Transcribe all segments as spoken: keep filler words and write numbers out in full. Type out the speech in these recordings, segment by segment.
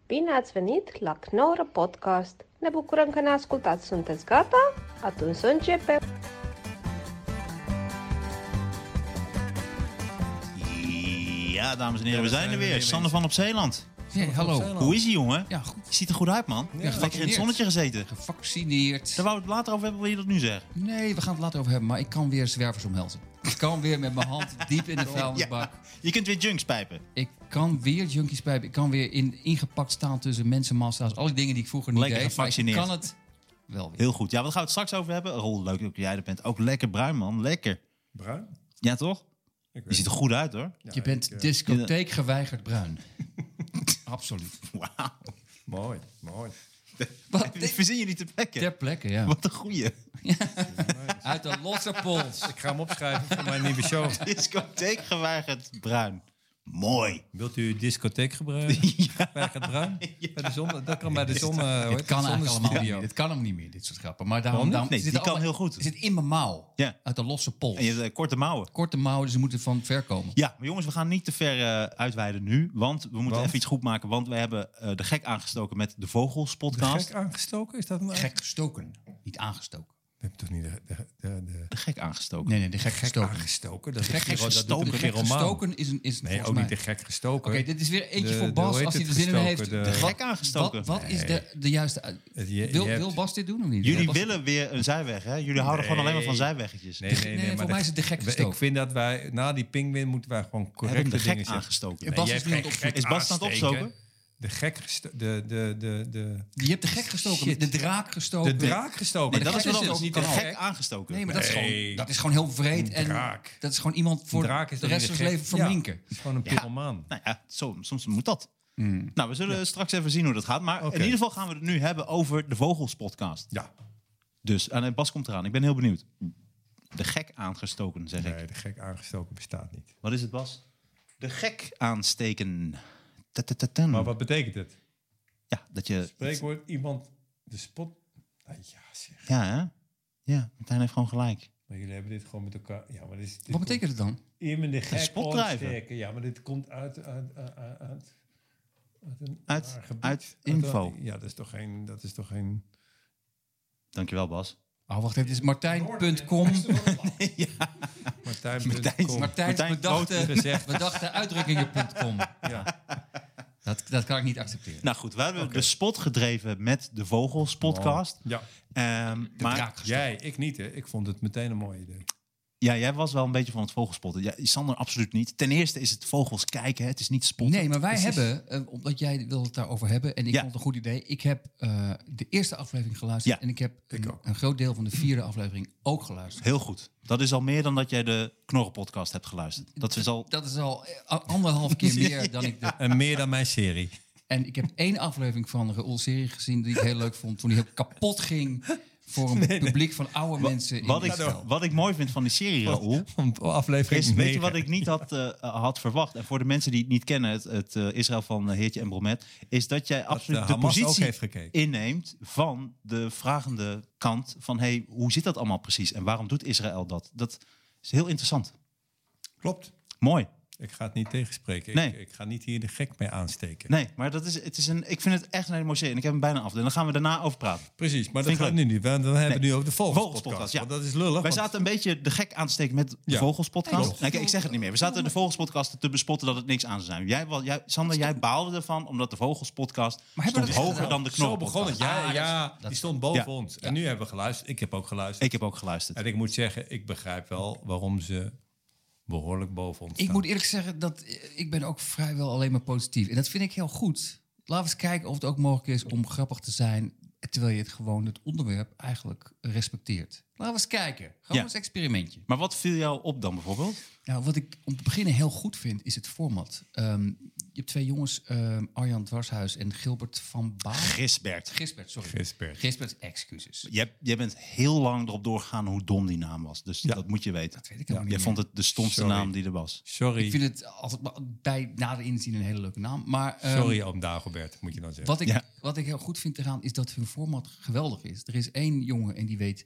Bine ați venit la Knorr Podcast! Ne bucurăm că ne ascultați. Sunteți gata? Atunci să începem! Ja, dames en heren, we zijn er weer. Sander van op Zeeland. Ja, hallo. Hoe is ie, jongen? Ja, goed. Je ziet er goed uit, man. Ja, Lekker in het zonnetje gezeten. Gevaccineerd. Daar wou we het later over hebben, wil je dat nu zeggen? Nee, we gaan het later over hebben, maar ik kan weer zwervers omhelzen. Ik kan weer met mijn hand diep in de vuilnisbak. Je kunt weer junks pijpen. Ik kan weer junkies pijpen. Ik kan weer in, ingepakt staan tussen mensenmassa's. Alle dingen die ik vroeger niet Lekker deed. Maar ik gevaccineerd. kan het wel weer. Heel goed. Ja, wat gaan we het straks over hebben? Rol, leuk dat jij er bent. Ook lekker bruin, man. Lekker. Bruin? Ja, toch? Ik Je ziet er goed uit, hoor. Ja, Je bent ik, uh, discotheek geweigerd bruin. Absoluut. Wauw. Mooi, mooi. Wat? Verzin je niet te plekken? Ter plekke, ja. Wat een goeie. Uit de losse pols. Ik ga hem opschrijven voor mijn nieuwe show. Discotheek geweigerd bruin. Mooi. Wilt u discotheek gebruiken? Ja. Bij het bruin? Bij de zon, dat kan bij de zon. Uh, Het kan eigenlijk allemaal niet. Dit kan hem niet meer, dit soort grappen. Maar daarom, Waarom daarom niet? Nee, zit die het kan allemaal- heel goed. Het zit in mijn mouw. Ja. Uit de losse pols. En je hebt uh, korte mouwen. Korte mouwen, dus ze moeten van ver komen. Ja, maar jongens, we gaan niet te ver uh, uitweiden nu. Want we moeten Want? even iets goed maken. Want we hebben uh, de gek aangestoken met de Vogels De podcast. gek aangestoken? Is dat een Gek gestoken, niet aangestoken. Je hebt toch niet de, de, de, de De gek aangestoken. Nee, nee, de gek gek gestoken. aangestoken? Dat is Gek de Giro- dat doet gestoken. de De gek Giroman. gestoken is een... Is Nee, volgens ook mij- niet de gek gestoken. Oké, dit is weer eentje De- voor de- Bas, hoe heet als hij het er zin in heeft. gestoken? De- De gek aangestoken. Wat, wat is Nee. de, de juiste... uit- Het- je- je wil, hebt- wil Bas dit doen of niet? Jullie Bas- willen weer een zijweg, hè? Jullie houden Nee. gewoon alleen maar van zijweggetjes. Nee, nee, nee. Nee, maar voor de- mij is het de gek Ik gestoken. vind dat wij, na die pingwin, moeten wij gewoon We hebben correcte de dingen gek zeggen. aangestoken. Ja, Bas jij is hebt nu aan het geen opzoeken. Is Bas aan het aansteken. opzoeken? De gek gestoken. De, de, de, de, Je hebt de gek gestoken, Shit. de draak gestoken. de draak gestoken. Nee, de dat is gek wel is anders. ook Niet de kan gek ook. aangestoken. Nee, maar dat is, Nee. gewoon, dat is gewoon heel vreed. Een En draak. dat is gewoon iemand voor Een draak is de toch rest niet van de zijn leven gek? verminken. Ja, het is gewoon een pyromaan. Nou ja, zo, soms moet dat. Hmm. Nou, we zullen straks even zien hoe dat gaat. Maar Oké. in ieder geval gaan we het nu hebben over de Vogels podcast. Ja. Dus, en Bas komt eraan. Ik ben heel benieuwd. De gek aangestoken, zeg ik. Nee, de gek aangestoken bestaat niet. Wat is het, Bas? De gek aansteken. Ta-ta-ta-tan. Maar wat betekent het? Ja, dat je... Spreekwoord, iemand de spot... Ah, ja, zeg. Ja, hè? Ja, Martijn heeft gewoon gelijk. Maar jullie hebben dit gewoon met elkaar... Ja, maar dit, is- dit Wat betekent het dan? komt- Iemand de gek spot drijven. ontsteken. Ja, maar dit komt uit... uit, uit, uit, uit, uit een Uit- raar gebied. uit info. Ja, dat is toch geen... Dat is toch geen... Dankjewel, Bas. Oh, wacht even, het is martijn punt com. Martijn. Martijn- Martijns Martijn bedachte, gezegd. bedachte uitdrukkingen punt com. Ja. Dat, dat kan ik niet accepteren. Nou goed, we hebben de spot gedreven met de Vogels podcast. Ja. Ehm, De maar draak gestoken. Jij, ik niet, hè. Ik vond het meteen een mooi idee. ja, jij was wel een beetje van het vogelspotten. Ja, Sander absoluut niet. Ten eerste is het vogels kijken, hè. Het is niet spotten. Nee, maar wij Het is- hebben, eh, omdat jij wil het daarover hebben... en ik Ja. vond het een goed idee... ik heb eh, de eerste aflevering geluisterd... Ja, en ik heb ik een, ook. een groot deel van de vierde aflevering ook geluisterd. Heel goed. Dat is al meer dan dat jij de Knorren podcast hebt geluisterd. Dat is al... Dat is al eh, anderhalf keer meer dan ik... De, En meer dan mijn serie. en ik heb één aflevering van de Raoul-serie gezien... die ik heel leuk vond, toen die heel kapot ging... voor een publiek van oude mensen in Wat ik, Israël. wat ik mooi vind van die serie, Raoul... Aflevering Is, weet je negen. wat ik niet had, eh, had verwacht? En voor de mensen die het niet kennen, het, het eh, Israël van eh, Heertje en Bromet... is dat jij absoluut de de, Hamas ook positie heeft gekeken. inneemt van de vragende kant van... hey, hoe zit dat allemaal precies en waarom doet Israël dat? Dat is heel interessant. Klopt. Mooi. Ik ga het niet tegenspreken. Nee. Ik, ik ga niet hier de gek mee aansteken. Nee, maar dat is, het is een, ik vind het echt een hele mooie serie. En ik heb hem bijna af. En dan gaan we daarna over praten. Precies, maar dat Vind ik gaat nu niet. Dan hebben we het nu over de Vogels Vogelspodcast. podcast, ja. Want dat is lullig. Wij want- zaten een beetje de gek aan te steken met de Ja. Vogelspodcast. Klopt. Nee, kijk, ik zeg het niet meer. We zaten de Vogelspodcast te bespotten dat het niks aan zou zijn. Jij, wel- jij, Sander, jij baalde ervan omdat de Vogelspodcast Maar hebben stond we dat hoger gedaan? dan de Zo Knorren begon het. podcast. Ja, Ah, ja dat is- die stond boven Ja. ons. En nu hebben we geluisterd. Ik heb ook geluisterd. Ik heb ook geluisterd. En ik moet zeggen, ik begrijp wel waarom ze behoorlijk boven ons staan. Ik moet eerlijk zeggen dat eh, ik ben ook vrijwel alleen maar positief. En dat vind ik heel goed. Laten we eens kijken of het ook mogelijk is om grappig te zijn... terwijl je het gewoon het onderwerp eigenlijk respecteert. Laten we eens kijken. Gewoon Ja. eens experimentje. Maar wat viel jou op dan bijvoorbeeld? Nou, wat ik om te beginnen heel goed vind, is het format. Ehm, je hebt twee jongens, ehm, Arjan Dwarshuis en Gilbert van Baal. Gisbert. Gisbert, sorry. Gisbert. Gisbert, excuses. Jij, jij bent heel lang erop doorgegaan hoe dom die naam was. Dus Ja. dat moet je weten. Dat weet ik helemaal Jij niet vond meer. het de stomste Sorry. naam die er was. Sorry, Ik vind het altijd bij nader inzien een hele leuke naam. Maar ehm, sorry oom Dagobert, moet je dan zeggen. wat, ik, Ja. wat ik heel goed vind eraan is dat hun format geweldig is. Er is één jongen en die weet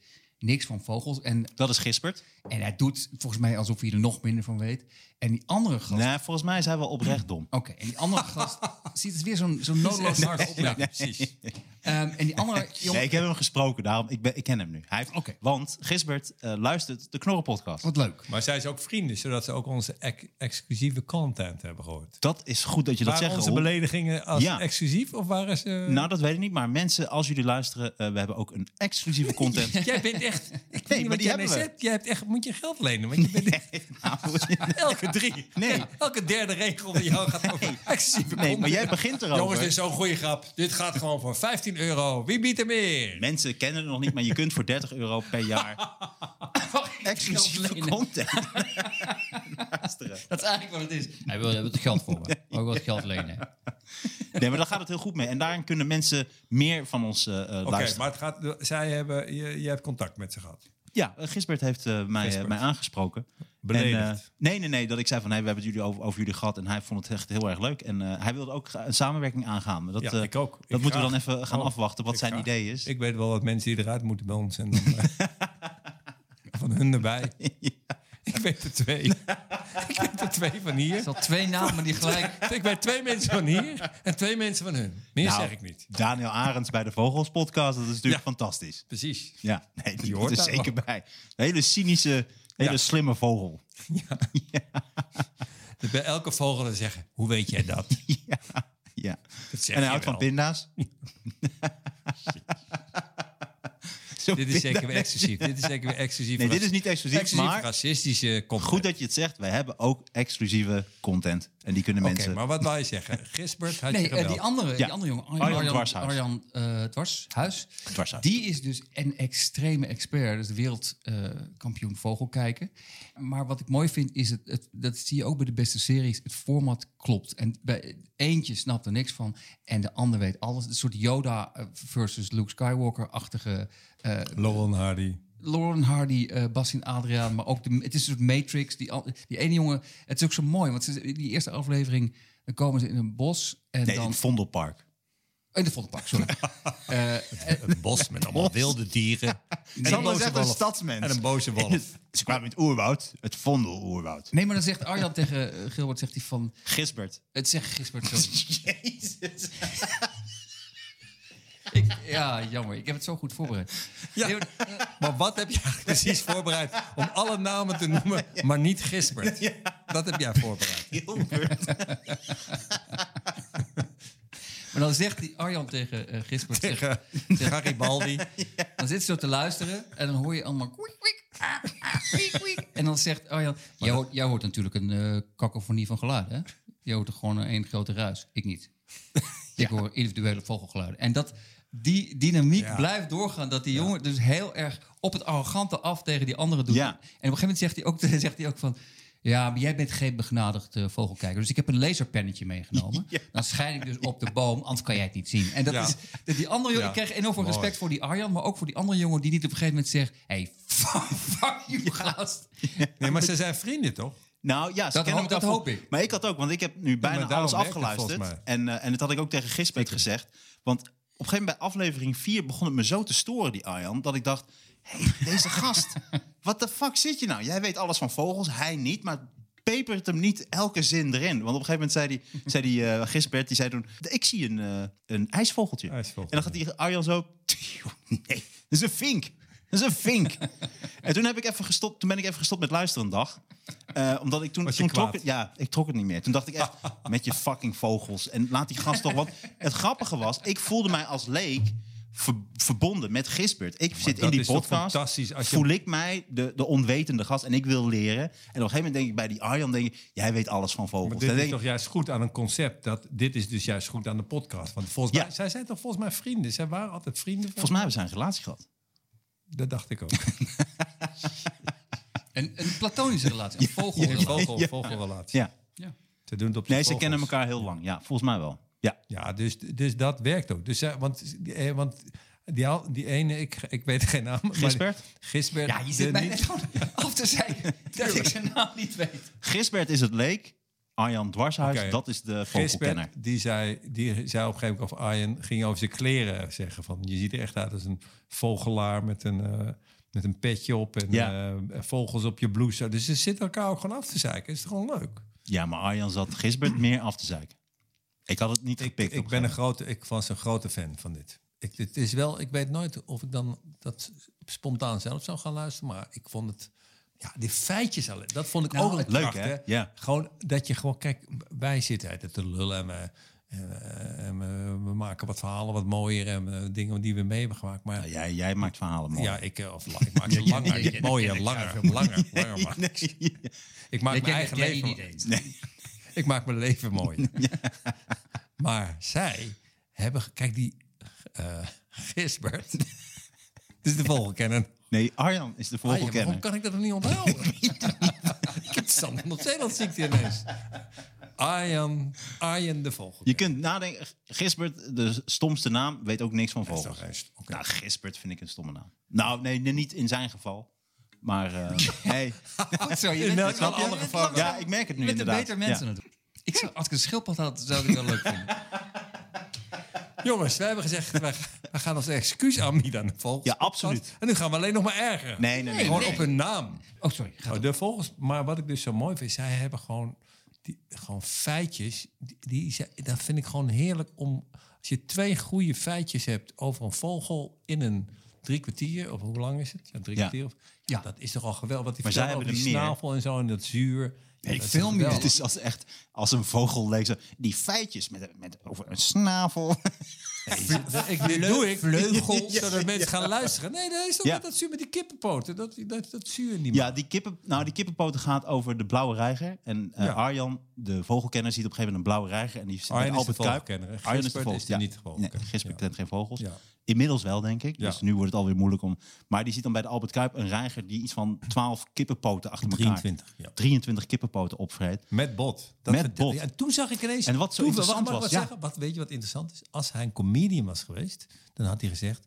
niks van vogels. En, Dat is Gisbert. en hij doet volgens mij alsof hij er nog minder van weet. En die andere gast... Nee, volgens mij zijn we oprecht dom. Oké, en die andere gast ziet het weer zo'n zo'n nodeloos hard opmerking. Precies. Ehm, en die andere jongen... Nee, ik heb hem gesproken, daarom, ik, ben, ik ken hem nu. Hij heeft, Oké. Want Gisbert uh, luistert de Knorren-podcast. Wat leuk. Maar zij is ook vrienden, zodat ze ook onze ex- exclusieve content hebben gehoord. Dat is goed dat je dat Waren zegt. onze Roel. beledigingen als Ja. exclusief of waren ze... Nou, dat weet ik niet. Maar mensen, als jullie luisteren, uh, we hebben ook een exclusieve content. Jij bent echt... Ik weet Nee, niet maar wat die jij hebben mee we. zegt. Jij hebt echt, moet je geld lenen, want je bent echt Nou, elke drie. Nee. Elke derde regel van jou gaat over exclusieve nee, maar content. jij begint erover. Jongens, dit is zo'n goede grap. Dit gaat gewoon voor vijftien euro. Wie biedt er meer? Mensen kennen het nog niet, maar je kunt voor dertig euro per jaar exclusieve content luisteren. Dat is eigenlijk wat het is. Hij wil het geld voor me. Maar ik wil het geld lenen. Nee, maar daar gaat het heel goed mee. En daarin kunnen mensen meer van ons uh, uh, Oké, luisteren. maar het gaat, zij hebben, je, je hebt contact met ze gehad. Ja, uh, Gisbert heeft uh, mij, uh, Gisbert. mij aangesproken. Beledigd. En, uh, nee, nee, nee. Dat ik zei van, hey, we hebben het jullie over, over jullie gehad. En hij vond het echt heel erg leuk. En uh, hij wilde ook een samenwerking aangaan. Dat, Ja, uh, ik ook. Dat Ik moeten graag. we dan even gaan Oh, afwachten wat ik zijn graag. idee is. Ik weet wel wat mensen die eruit moeten bij ons. En dan, uh, van hun erbij. Ja. Ik weet er twee. Ik weet er twee van hier. Er zijn twee namen die gelijk... Ik weet twee mensen van hier en twee mensen van hun. Meer Nou, zeg ik niet. Daniel Arends bij de Vogels podcast. Dat is natuurlijk Ja. fantastisch. Precies. Ja, nee, die, Die hoort hoort er daar zeker bij. Een hele cynische, hele Ja. slimme vogel. Dus bij elke vogel te zeggen, hoe weet jij dat? Ja, ja. Dat zeg En hij je houdt van wel. pinda's. Zo Dit is zeker pinda- weer exclusief. Dit is zeker weer exclusief. Nee, dit is niet exclusief, exclusief maar racistische content. goed dat je het zegt. Wij hebben ook exclusieve content. En die kunnen Oké, mensen... maar wat wou je zeggen? Gisbert had Nee, je uh, gebeld. die andere, Ja. die andere jongen, Arjan, Arjan Arjan, Dwarshuis. Arjan uh, Dwarshuis, Dwarshuis. die is dus een extreme expert. Dus de wereldkampioen uh, vogelkijken. Maar wat ik mooi vind is, het, het, dat zie je ook bij de beste series, het format klopt. En bij eentje snapt er niks van en de ander weet alles. Een soort Yoda versus Luke Skywalker-achtige... Uh, Laurel en Hardy. Lauren Hardy, uh, Bastien Adriaan, maar ook de, het is een soort Matrix. Die, al- die ene jongen, het is ook zo mooi, want ze, die eerste aflevering, dan komen ze in een bos en Nee, dan in het Vondelpark. in de Vondelpark, sorry. uh, Een bos met allemaal wilde dieren. En dan boze zegt een wolf. stadsmens. En een boze wolf. In het- Ze kwamen in het oerwoud, het Vondeloerwoud. nee, maar dan zegt Arjan tegen uh, Gilbert, zegt hij van, Gisbert. het zegt Gisbert zo. Jezus. Ik, ja, jammer, ik heb het zo goed voorbereid. Ja. Nee, maar, uh, Maar wat heb je eigenlijk precies voorbereid om alle namen te noemen, maar niet Gisbert? Dat heb jij voorbereid. Gilbert. maar dan zegt die Arjan tegen uh, Gisbert, zegt, Tegen Garibaldi. dan zit ze zo te luisteren en dan hoor je allemaal... Kwiek, kwiek, ah, ah, kwiek, kwiek. En dan zegt Arjan... Jij hoort, jij hoort natuurlijk een uh, kakofonie van geluiden, hè? Je hoort er gewoon een één grote ruis. Ik niet. Ik hoor individuele vogelgeluiden. En dat die dynamiek Ja. blijft doorgaan. Dat die jongen dus heel erg op het arrogante af tegen die anderen doet. Ja. En op een gegeven moment zegt hij ook, zegt hij ook van... Ja, maar jij bent geen begenadigd uh, vogelkijker. Dus ik heb een laserpennetje meegenomen. Ja. Dan schijn ik dus op de boom, anders kan jij het niet zien. En dat Ja. is... Dat die andere jongen, Ja. ik krijg enorm veel Mooi. respect voor die Arjan... maar ook voor die andere jongen die niet op een gegeven moment zegt... Hey, fuck, fuck you, gast. Nee, maar ze zijn vrienden, toch? Nou ja, ze Dat kennen hoop- elkaar dat vol- hoop ik. Maar ik had ook, want ik heb nu bijna maar daarom alles werkt het afgeluisterd. volgens mij. En, uh, en dat had ik ook tegen Gisbert gezegd. Want op een gegeven moment bij aflevering vier begon het me zo te storen, die Arjan, dat ik dacht, hé, hey, deze gast, wat de fuck zit je nou? Jij weet alles van vogels, hij niet, maar pepert hem niet elke zin erin. Want op een gegeven moment zei die, zei die uh, Gisbert, die zei toen, ik zie een, uh, een ijsvogeltje. IJsvogel. En dan gaat die Arjan zo, nee, dat is een vink. Dat is een vink. En toen heb ik even gestopt. Toen ben ik even gestopt met luisteren een dag. Uh, omdat ik toen, Was je toen trok kwaad? het, ja, ik trok het niet meer. Toen dacht ik echt, met je fucking vogels. En laat die gast toch. Want het grappige was, ik voelde mij als leek ver- verbonden met Gisbert. Ik zit in dat die is toch podcast. fantastisch als je- Voel ik mij de, de onwetende gast en ik wil leren. En op een gegeven moment denk ik bij die Arjan, denk ik, jij weet alles van vogels. Maar Dan dit is denk ik, toch juist goed aan een concept. Dat, dit is dus juist goed aan de podcast. Want volgens Ja. mij, zij zijn toch volgens mij vrienden? Zij waren altijd vrienden? volgens mij hebben zij een relatie gehad. Dat dacht ik ook. Een, een platonische relatie, een vogel. Een vogel, Ja. vogelrelatie. Ja. Ja. Ze doen het op Nee, de ze vogels. kennen elkaar heel lang. Ja, volgens mij wel. Ja. Ja, dus, dus dat werkt ook. Dus, zij- want, eh, want die, al- die ene, ik, ik weet geen naam. maar- Gisbert? Gisbert. Ja, je de zit mij niet- net gewoon af te zeggen dat ik zijn naam niet weet. Gisbert is het leek. Arjan Dwarshuis, Oké. dat is de vogelkenner. Gisbert, die zei, die zei op een gegeven moment of Arjen ging over zijn kleren zeggen van je ziet er echt uit als een vogelaar met een uh, met een petje op en Ja. uh, vogels op je blouse. Dus ze zitten elkaar ook gewoon af te zeiken. Is het gewoon leuk? Ja, maar Arjan zat Gisbert meer af te zeiken. Ik had het niet Ik, gepikt. ik op ben een een grote, ik was een grote fan van dit. Ik, het is wel, ik weet nooit of ik dan dat spontaan zelf zou gaan luisteren, maar ik vond het, ja, die feitjes alleen, dat vond ik Nou, ook een het- leuk, kracht, hè? hè? Ja. Gewoon dat je gewoon, kijk, wij zitten uit te lullen en, we, en, en we, we maken wat verhalen wat mooier en uh, dingen die we mee hebben gemaakt, maar Nou, jij, jij maakt verhalen mooi. ja, ik, uh, of, la- ik maak ze langer, niet mooier, langer, langer, langer maak ik ze. Ik maak mijn eigen jij leven niet eens. Nee. Ik maak mijn leven mooi. Maar zij hebben... Kijk, die uh, Gisbert... Dit is de vogelkenner. nee, Arjan is de Ah, ja, waarom vogelkenner. kan ik dat nog niet onthouden? Ik heb Sander nog Zeeland ziekte ineens. Arjan, Arjen de vogel. Je kunt nadenken, Gisbert, de stomste naam, weet ook niks van Dat is vogels. toch echt- oké. Nou, Gisbert vind ik een stomme naam. Nou, nee, nee, niet in zijn geval. Maar, uh, nee. Goed zo, je In bent, welk andere geval? Ja, ik merk het nu je bent een inderdaad. beter mensen Ja. naartoe. Ik zou, als ik een schildpad had, zou ik het wel leuk vinden. Jongens, wij hebben gezegd... Wij, wij gaan als excuus aanbieden aan de vogels. Ja, absoluut. En nu gaan we alleen nog maar erger. Nee, nee, nee. Gewoon nee. op hun naam. Oh, sorry. Ga Oh, door. de vogels, maar wat ik dus zo mooi vind, zij hebben gewoon, die, gewoon feitjes. Die, die, dat vind ik gewoon heerlijk om. Als je twee goede feitjes hebt over een vogel in een drie kwartier, of hoe lang is het? Ja, drie Ja. kwartier. Of, Ja. ja, dat is toch al geweldig. Wat die Maar zij vertellen over hebben die er meer. snavel en zo en dat zuur. Ja, ik dat is film toch je. geweldig. Het is als echt als een vogel leek zo. Die feitjes met, met over een snavel. Ik, dit doe ik vleugels. zodat mensen gaan luisteren. Nee, dat is toch Ja. met dat zuur met die kippenpoten. Dat, dat, dat zuur niet Ja, die, kippen, nou, die kippenpoten gaat over de blauwe reiger. En uh, Ja. Arjan, de vogelkenner, ziet op een gegeven moment een blauwe reiger. En die zit bij Arjen is de Albert Kuip. vogelkenner, hè? Arjen is de Gisbert vogel. is die niet de vogelkenner. Nee, Gisbert Ja. kent geen vogels. Ja. Inmiddels wel, denk ik. Ja. Dus nu wordt het alweer moeilijk om... Maar die ziet dan bij de Albert Kuip een reiger die iets van twaalf kippenpoten achter elkaar... drieëntwintig, ja. drieëntwintig kippenpoten opvreet. Met bot. Dat Met vertel- bot. Ja, en toen zag ik ineens... En wat zo toen, interessant wacht, mag ik was, wat ja. zeggen? Wat, weet je wat interessant is? Als hij een comedian was geweest, dan had hij gezegd...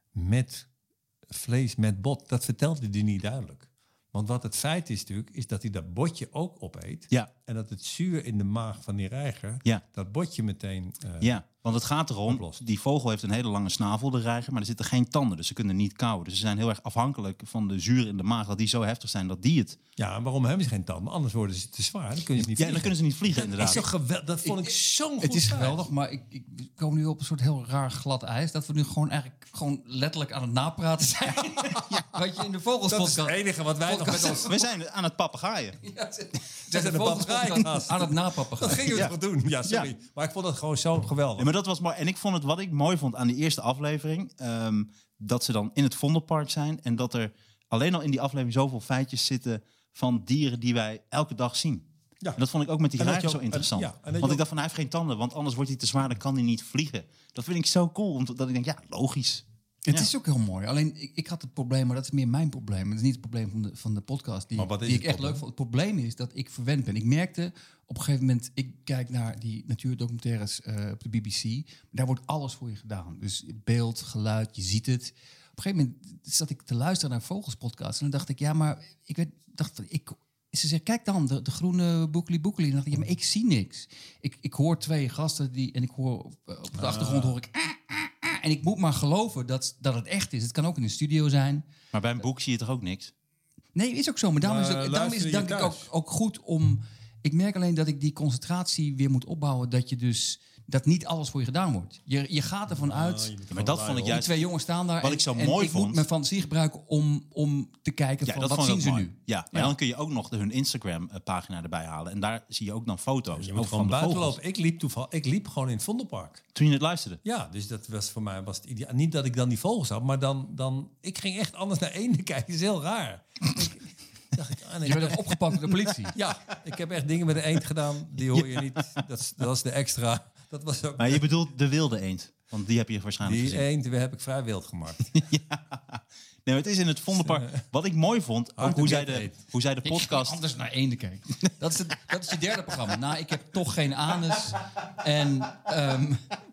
met vlees met bot. Dat vertelde hij niet duidelijk. Want wat het feit is natuurlijk, is dat hij dat botje ook opeet. Ja. En dat het zuur in de maag van die reiger... Ja. dat botje meteen... uh, Ja, want het gaat erom, Oplost. die vogel heeft een hele lange snavel, de reiger, maar er zitten geen tanden, dus ze kunnen niet kauwen. Dus ze zijn heel erg afhankelijk van de zuur in de maag, dat die zo heftig zijn dat die het... Ja, en waarom hebben ze geen tanden? Anders worden ze te zwaar. Dan kun je ze niet Ja, en dan vliegen. kunnen ze niet vliegen, Dat inderdaad. is toch geweldig. Dat vond ik zo'n goed Het is feit. geweldig, maar ik, ik we komen nu op een soort heel raar glad ijs. Dat we nu gewoon eigenlijk gewoon letterlijk aan het napraten zijn. Wat je in de vogels Dat is het podcast... enige wat wij nog met ons... We zijn aan het papegaaien. Ja, ze- We zijn zijn de een vogels papegaaien. podcast aan het napappen Dat gaan. gingen we Ja. toch doen? Ja, sorry. Ja. Maar ik vond het gewoon zo geweldig. Ja, maar dat was mooi. En ik vond het, wat ik mooi vond aan die eerste aflevering, ehm, dat ze dan in het Vondelpark zijn en dat er alleen al in die aflevering zoveel feitjes zitten van dieren die wij elke dag zien. Ja. En dat vond ik ook met die En dat reiger je zo ook- interessant. en- ja, en dat je want ik ook- dacht van, hij heeft geen tanden, want anders wordt hij te zwaar, dan kan hij niet vliegen. Dat vind ik zo cool, omdat ik denk, ja, logisch. Het Ja. is ook heel mooi. Alleen ik, ik had het probleem, maar dat is meer mijn probleem. Het is niet het probleem van de, van de podcast die, Maar wat is die ik het echt probleem? leuk vond. Het probleem is dat ik verwend ben. Ik merkte op een gegeven moment, ik kijk naar die natuurdocumentaires uh, op de B B C. Daar wordt alles voor je gedaan. Dus beeld, geluid, je ziet het. Op een gegeven moment zat ik te luisteren naar Vogelspodcast. En dan dacht ik, ja, maar ik werd, dacht, ik, ze zegt, kijk dan, de, de groene boekeli boekeli. En dan dacht ik, ja, maar ik zie niks. Ik, ik hoor twee gasten die, en ik hoor op, op de achtergrond hoor ik. Ah, ah, ah, en ik moet maar geloven dat, dat het echt is. Het kan ook in een studio zijn. Maar bij een boek zie je toch ook niks? Nee, is ook zo. Maar daarom Maar is het, daarom is het luister denk je ik ook, thuis? ook goed om... Ik merk alleen dat ik die concentratie weer moet opbouwen. Dat je dus... Dat niet alles voor je gedaan wordt. Je, je gaat ervan uit... Ja, maar dat vond ik die juist... twee jongens staan daar. Wat en, ik zo en mooi ik vond- moet mijn fantasie gebruiken om, om te kijken Ja, van dat wat vond ik zien ook ze mooi. nu. Ja, en Ja. dan kun je ook nog de, hun Instagram-pagina erbij halen. En daar zie je ook dan foto's. Je ook moet gewoon van de buiten vogels. lopen. Ik liep, toeval, ik liep gewoon in het Vondelpark. Toen je het luisterde. Ja, dus dat was voor mij was het ideaal. Niet dat ik dan die vogels had, maar dan, dan ik ging echt anders naar eenden kijken. Dat is heel raar. ik, dacht ik, ah, nee, Je werd ook opgepakt door de politie. ja, ik heb echt dingen met een eend gedaan. Die hoor je niet. Dat, is- dat was de extra. Dat was ook. Maar je bedoelt de wilde eend. Want die heb je waarschijnlijk Die gezien. eend die heb ik vrij wild gemaakt. Nee, maar het is in het Vondelpark. Wat ik mooi vond, ook Hard hoe op zij je de, eet. hoe zij de Ik ga podcast... anders naar eenden kijken. Dat is, het, dat is je derde programma. Nou, ik heb toch geen anus. En ehm,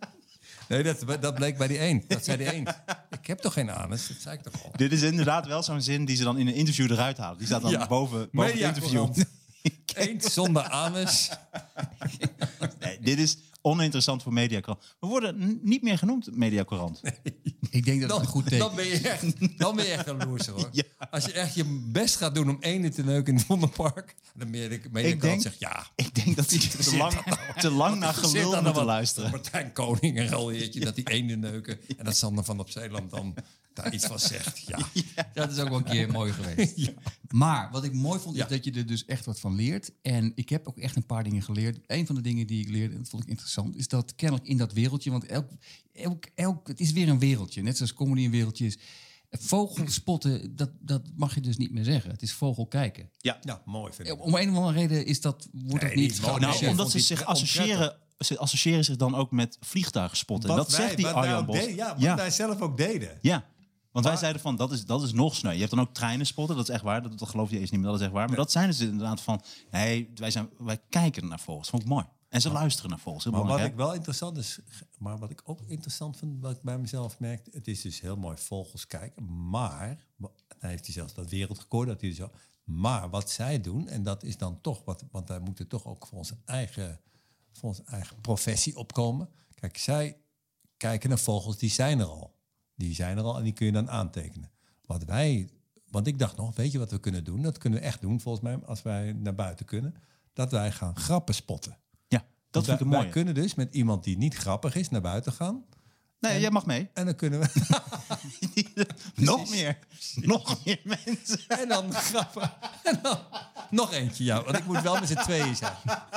Nee, dat, dat bleek bij die eend. Dat zei die eend. Ik heb toch geen anus? Dat zei ik toch al. Dit is inderdaad wel zo'n zin die ze dan in een interview eruit halen. Die staat dan Ja. boven, boven het interview. Mediacourant. Eend zonder anus. Nee, dit is Oninteressant voor Mediacorant. We worden n- niet meer genoemd Mediacorant. Ik denk dat het een goed teken Dan ben je echt, dan ben je echt een loser, hoor. Ja. Als je echt je best gaat doen om ene te neuken in het Vondelpark, dan ben je de Ik Mediacorant denk- zegt ja. Ik denk dat hij te lang, te lang naar Zit gelul dan moeten wat luisteren. Martijn Koning en Rolheertje, dat die ene neuken. En dat Sander van op Zeeland dan daar iets van zegt. Ja. Dat is ook wel een keer mooi geweest. Maar wat ik mooi vond, is Ja. dat je er dus echt wat van leert. En ik heb ook echt een paar dingen geleerd. Een van de dingen die ik leerde, en dat vond ik interessant, is dat kennelijk in dat wereldje, want elk, elk, elk, het is weer een wereldje, net zoals comedy een wereldje is. Vogelspotten, dat, dat mag je dus niet meer zeggen. Het is vogel kijken. Ja. Ja, mooi vind ik. Om een of andere reden is dat, wordt Nee, dat niet niet mooi. Nou, geapprecieerd. omdat vond ze die zich wel associëren, ze associëren zich dan ook met vliegtuigspotten. Wat Dat wij- zegt die wat wij Arjan ook Bos. deden, ja, wat ja. wij zelf ook deden. Ja. Want wij Maar- zeiden van, dat is, dat is nog sneu. Je hebt dan ook treinen spotten, dat is echt waar. Dat, dat geloof je eerst niet meer, dat is echt waar. Maar dat zijn dus inderdaad van, nee, wij, zijn, wij kijken naar vogels. Vond ik mooi. En ze luisteren naar vogels. Heel Maar wat belangrijk, ik wel interessant is, maar wat ik ook interessant vind, wat ik bij mezelf merkte, het is dus heel mooi vogels kijken, maar, dan heeft hij zelfs dat wereldrecord, dat hij zo, maar wat zij doen, en dat is dan toch wat, want wij moeten toch ook voor onze eigen, voor onze eigen professie opkomen. Kijk, zij kijken naar vogels, die zijn er al. Die zijn er al en die kun je dan aantekenen. Wat wij, want ik dacht nog, weet je wat we kunnen doen? Dat kunnen we echt doen, volgens mij, als wij naar buiten kunnen. Dat wij gaan grappen spotten. Ja, dat vind ik wij, mooi. wij kunnen dus met iemand die niet grappig is naar buiten gaan. Nee, jij mag mee. En dan kunnen we... Nog meer. Nog meer mensen. en dan grappen. En dan nog eentje, ja. Want ik moet wel met z'n tweeën zijn.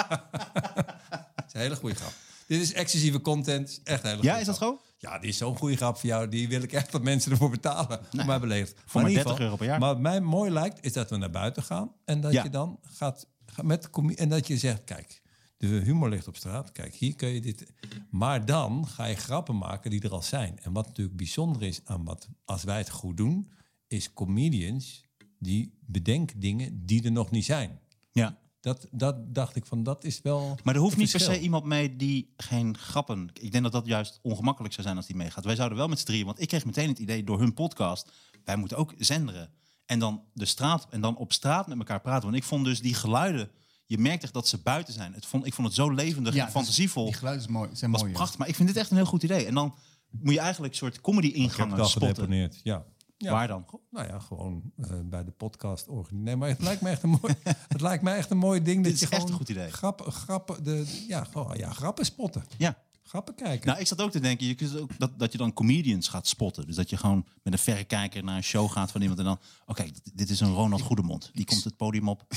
Dat is een hele goede grap. Dit is exclusieve content. Echt een hele Ja, goede is dat grap. zo? Ja, die is zo'n goede grap voor jou. Die wil ik echt dat mensen ervoor betalen. Voor mij beleefd. voor maar in ieder dertig euro per jaar. Maar wat mij mooi lijkt, is dat we naar buiten gaan. En dat Ja. je dan gaat, gaat met de comie- en dat je zegt, kijk, de humor ligt op straat. Kijk, hier kun je dit... Maar dan ga je grappen maken die er al zijn. En wat natuurlijk bijzonder is aan wat, als wij het goed doen, is comedians die bedenken dingen die er nog niet zijn. Ja. Dat, dat dacht ik van, dat is wel. Maar er hoeft een niet per se verschil. iemand mee die geen grappen... Ik denk dat dat juist ongemakkelijk zou zijn als die meegaat. Wij zouden wel met z'n drieën... Want ik kreeg meteen het idee door hun podcast... Wij moeten ook zenderen. En dan de straat... En dan op straat met elkaar praten. Want ik vond dus die geluiden... Je merkt echt dat ze buiten zijn. Het vond, ik vond het zo levendig Ja, en fantasievol. Die geluiden is mooi, zijn was mooi. ja. prachtig. Maar ik vind dit echt een heel goed idee. En dan moet je eigenlijk een soort comedy-ingangen Ik heb het al spotten. gedeponeerd, ja. Ja, Waar dan? go- Nou ja, gewoon eh, bij de podcast organiseren. Nee, maar het lijkt me echt een mooi, het lijkt me echt een mooi ding dat is je echt gewoon een goed idee. Grappen, grappen, de, ja, gewoon, ja, grappen spotten, Ja. grappen kijken. Nou, ik zat ook te denken, je kunt ook dat, dat je dan comedians gaat spotten. Dus dat je gewoon met een verrekijker naar een show gaat van iemand en dan... Oké, dit- dit is een Ronald Goedemond. Die komt het podium op.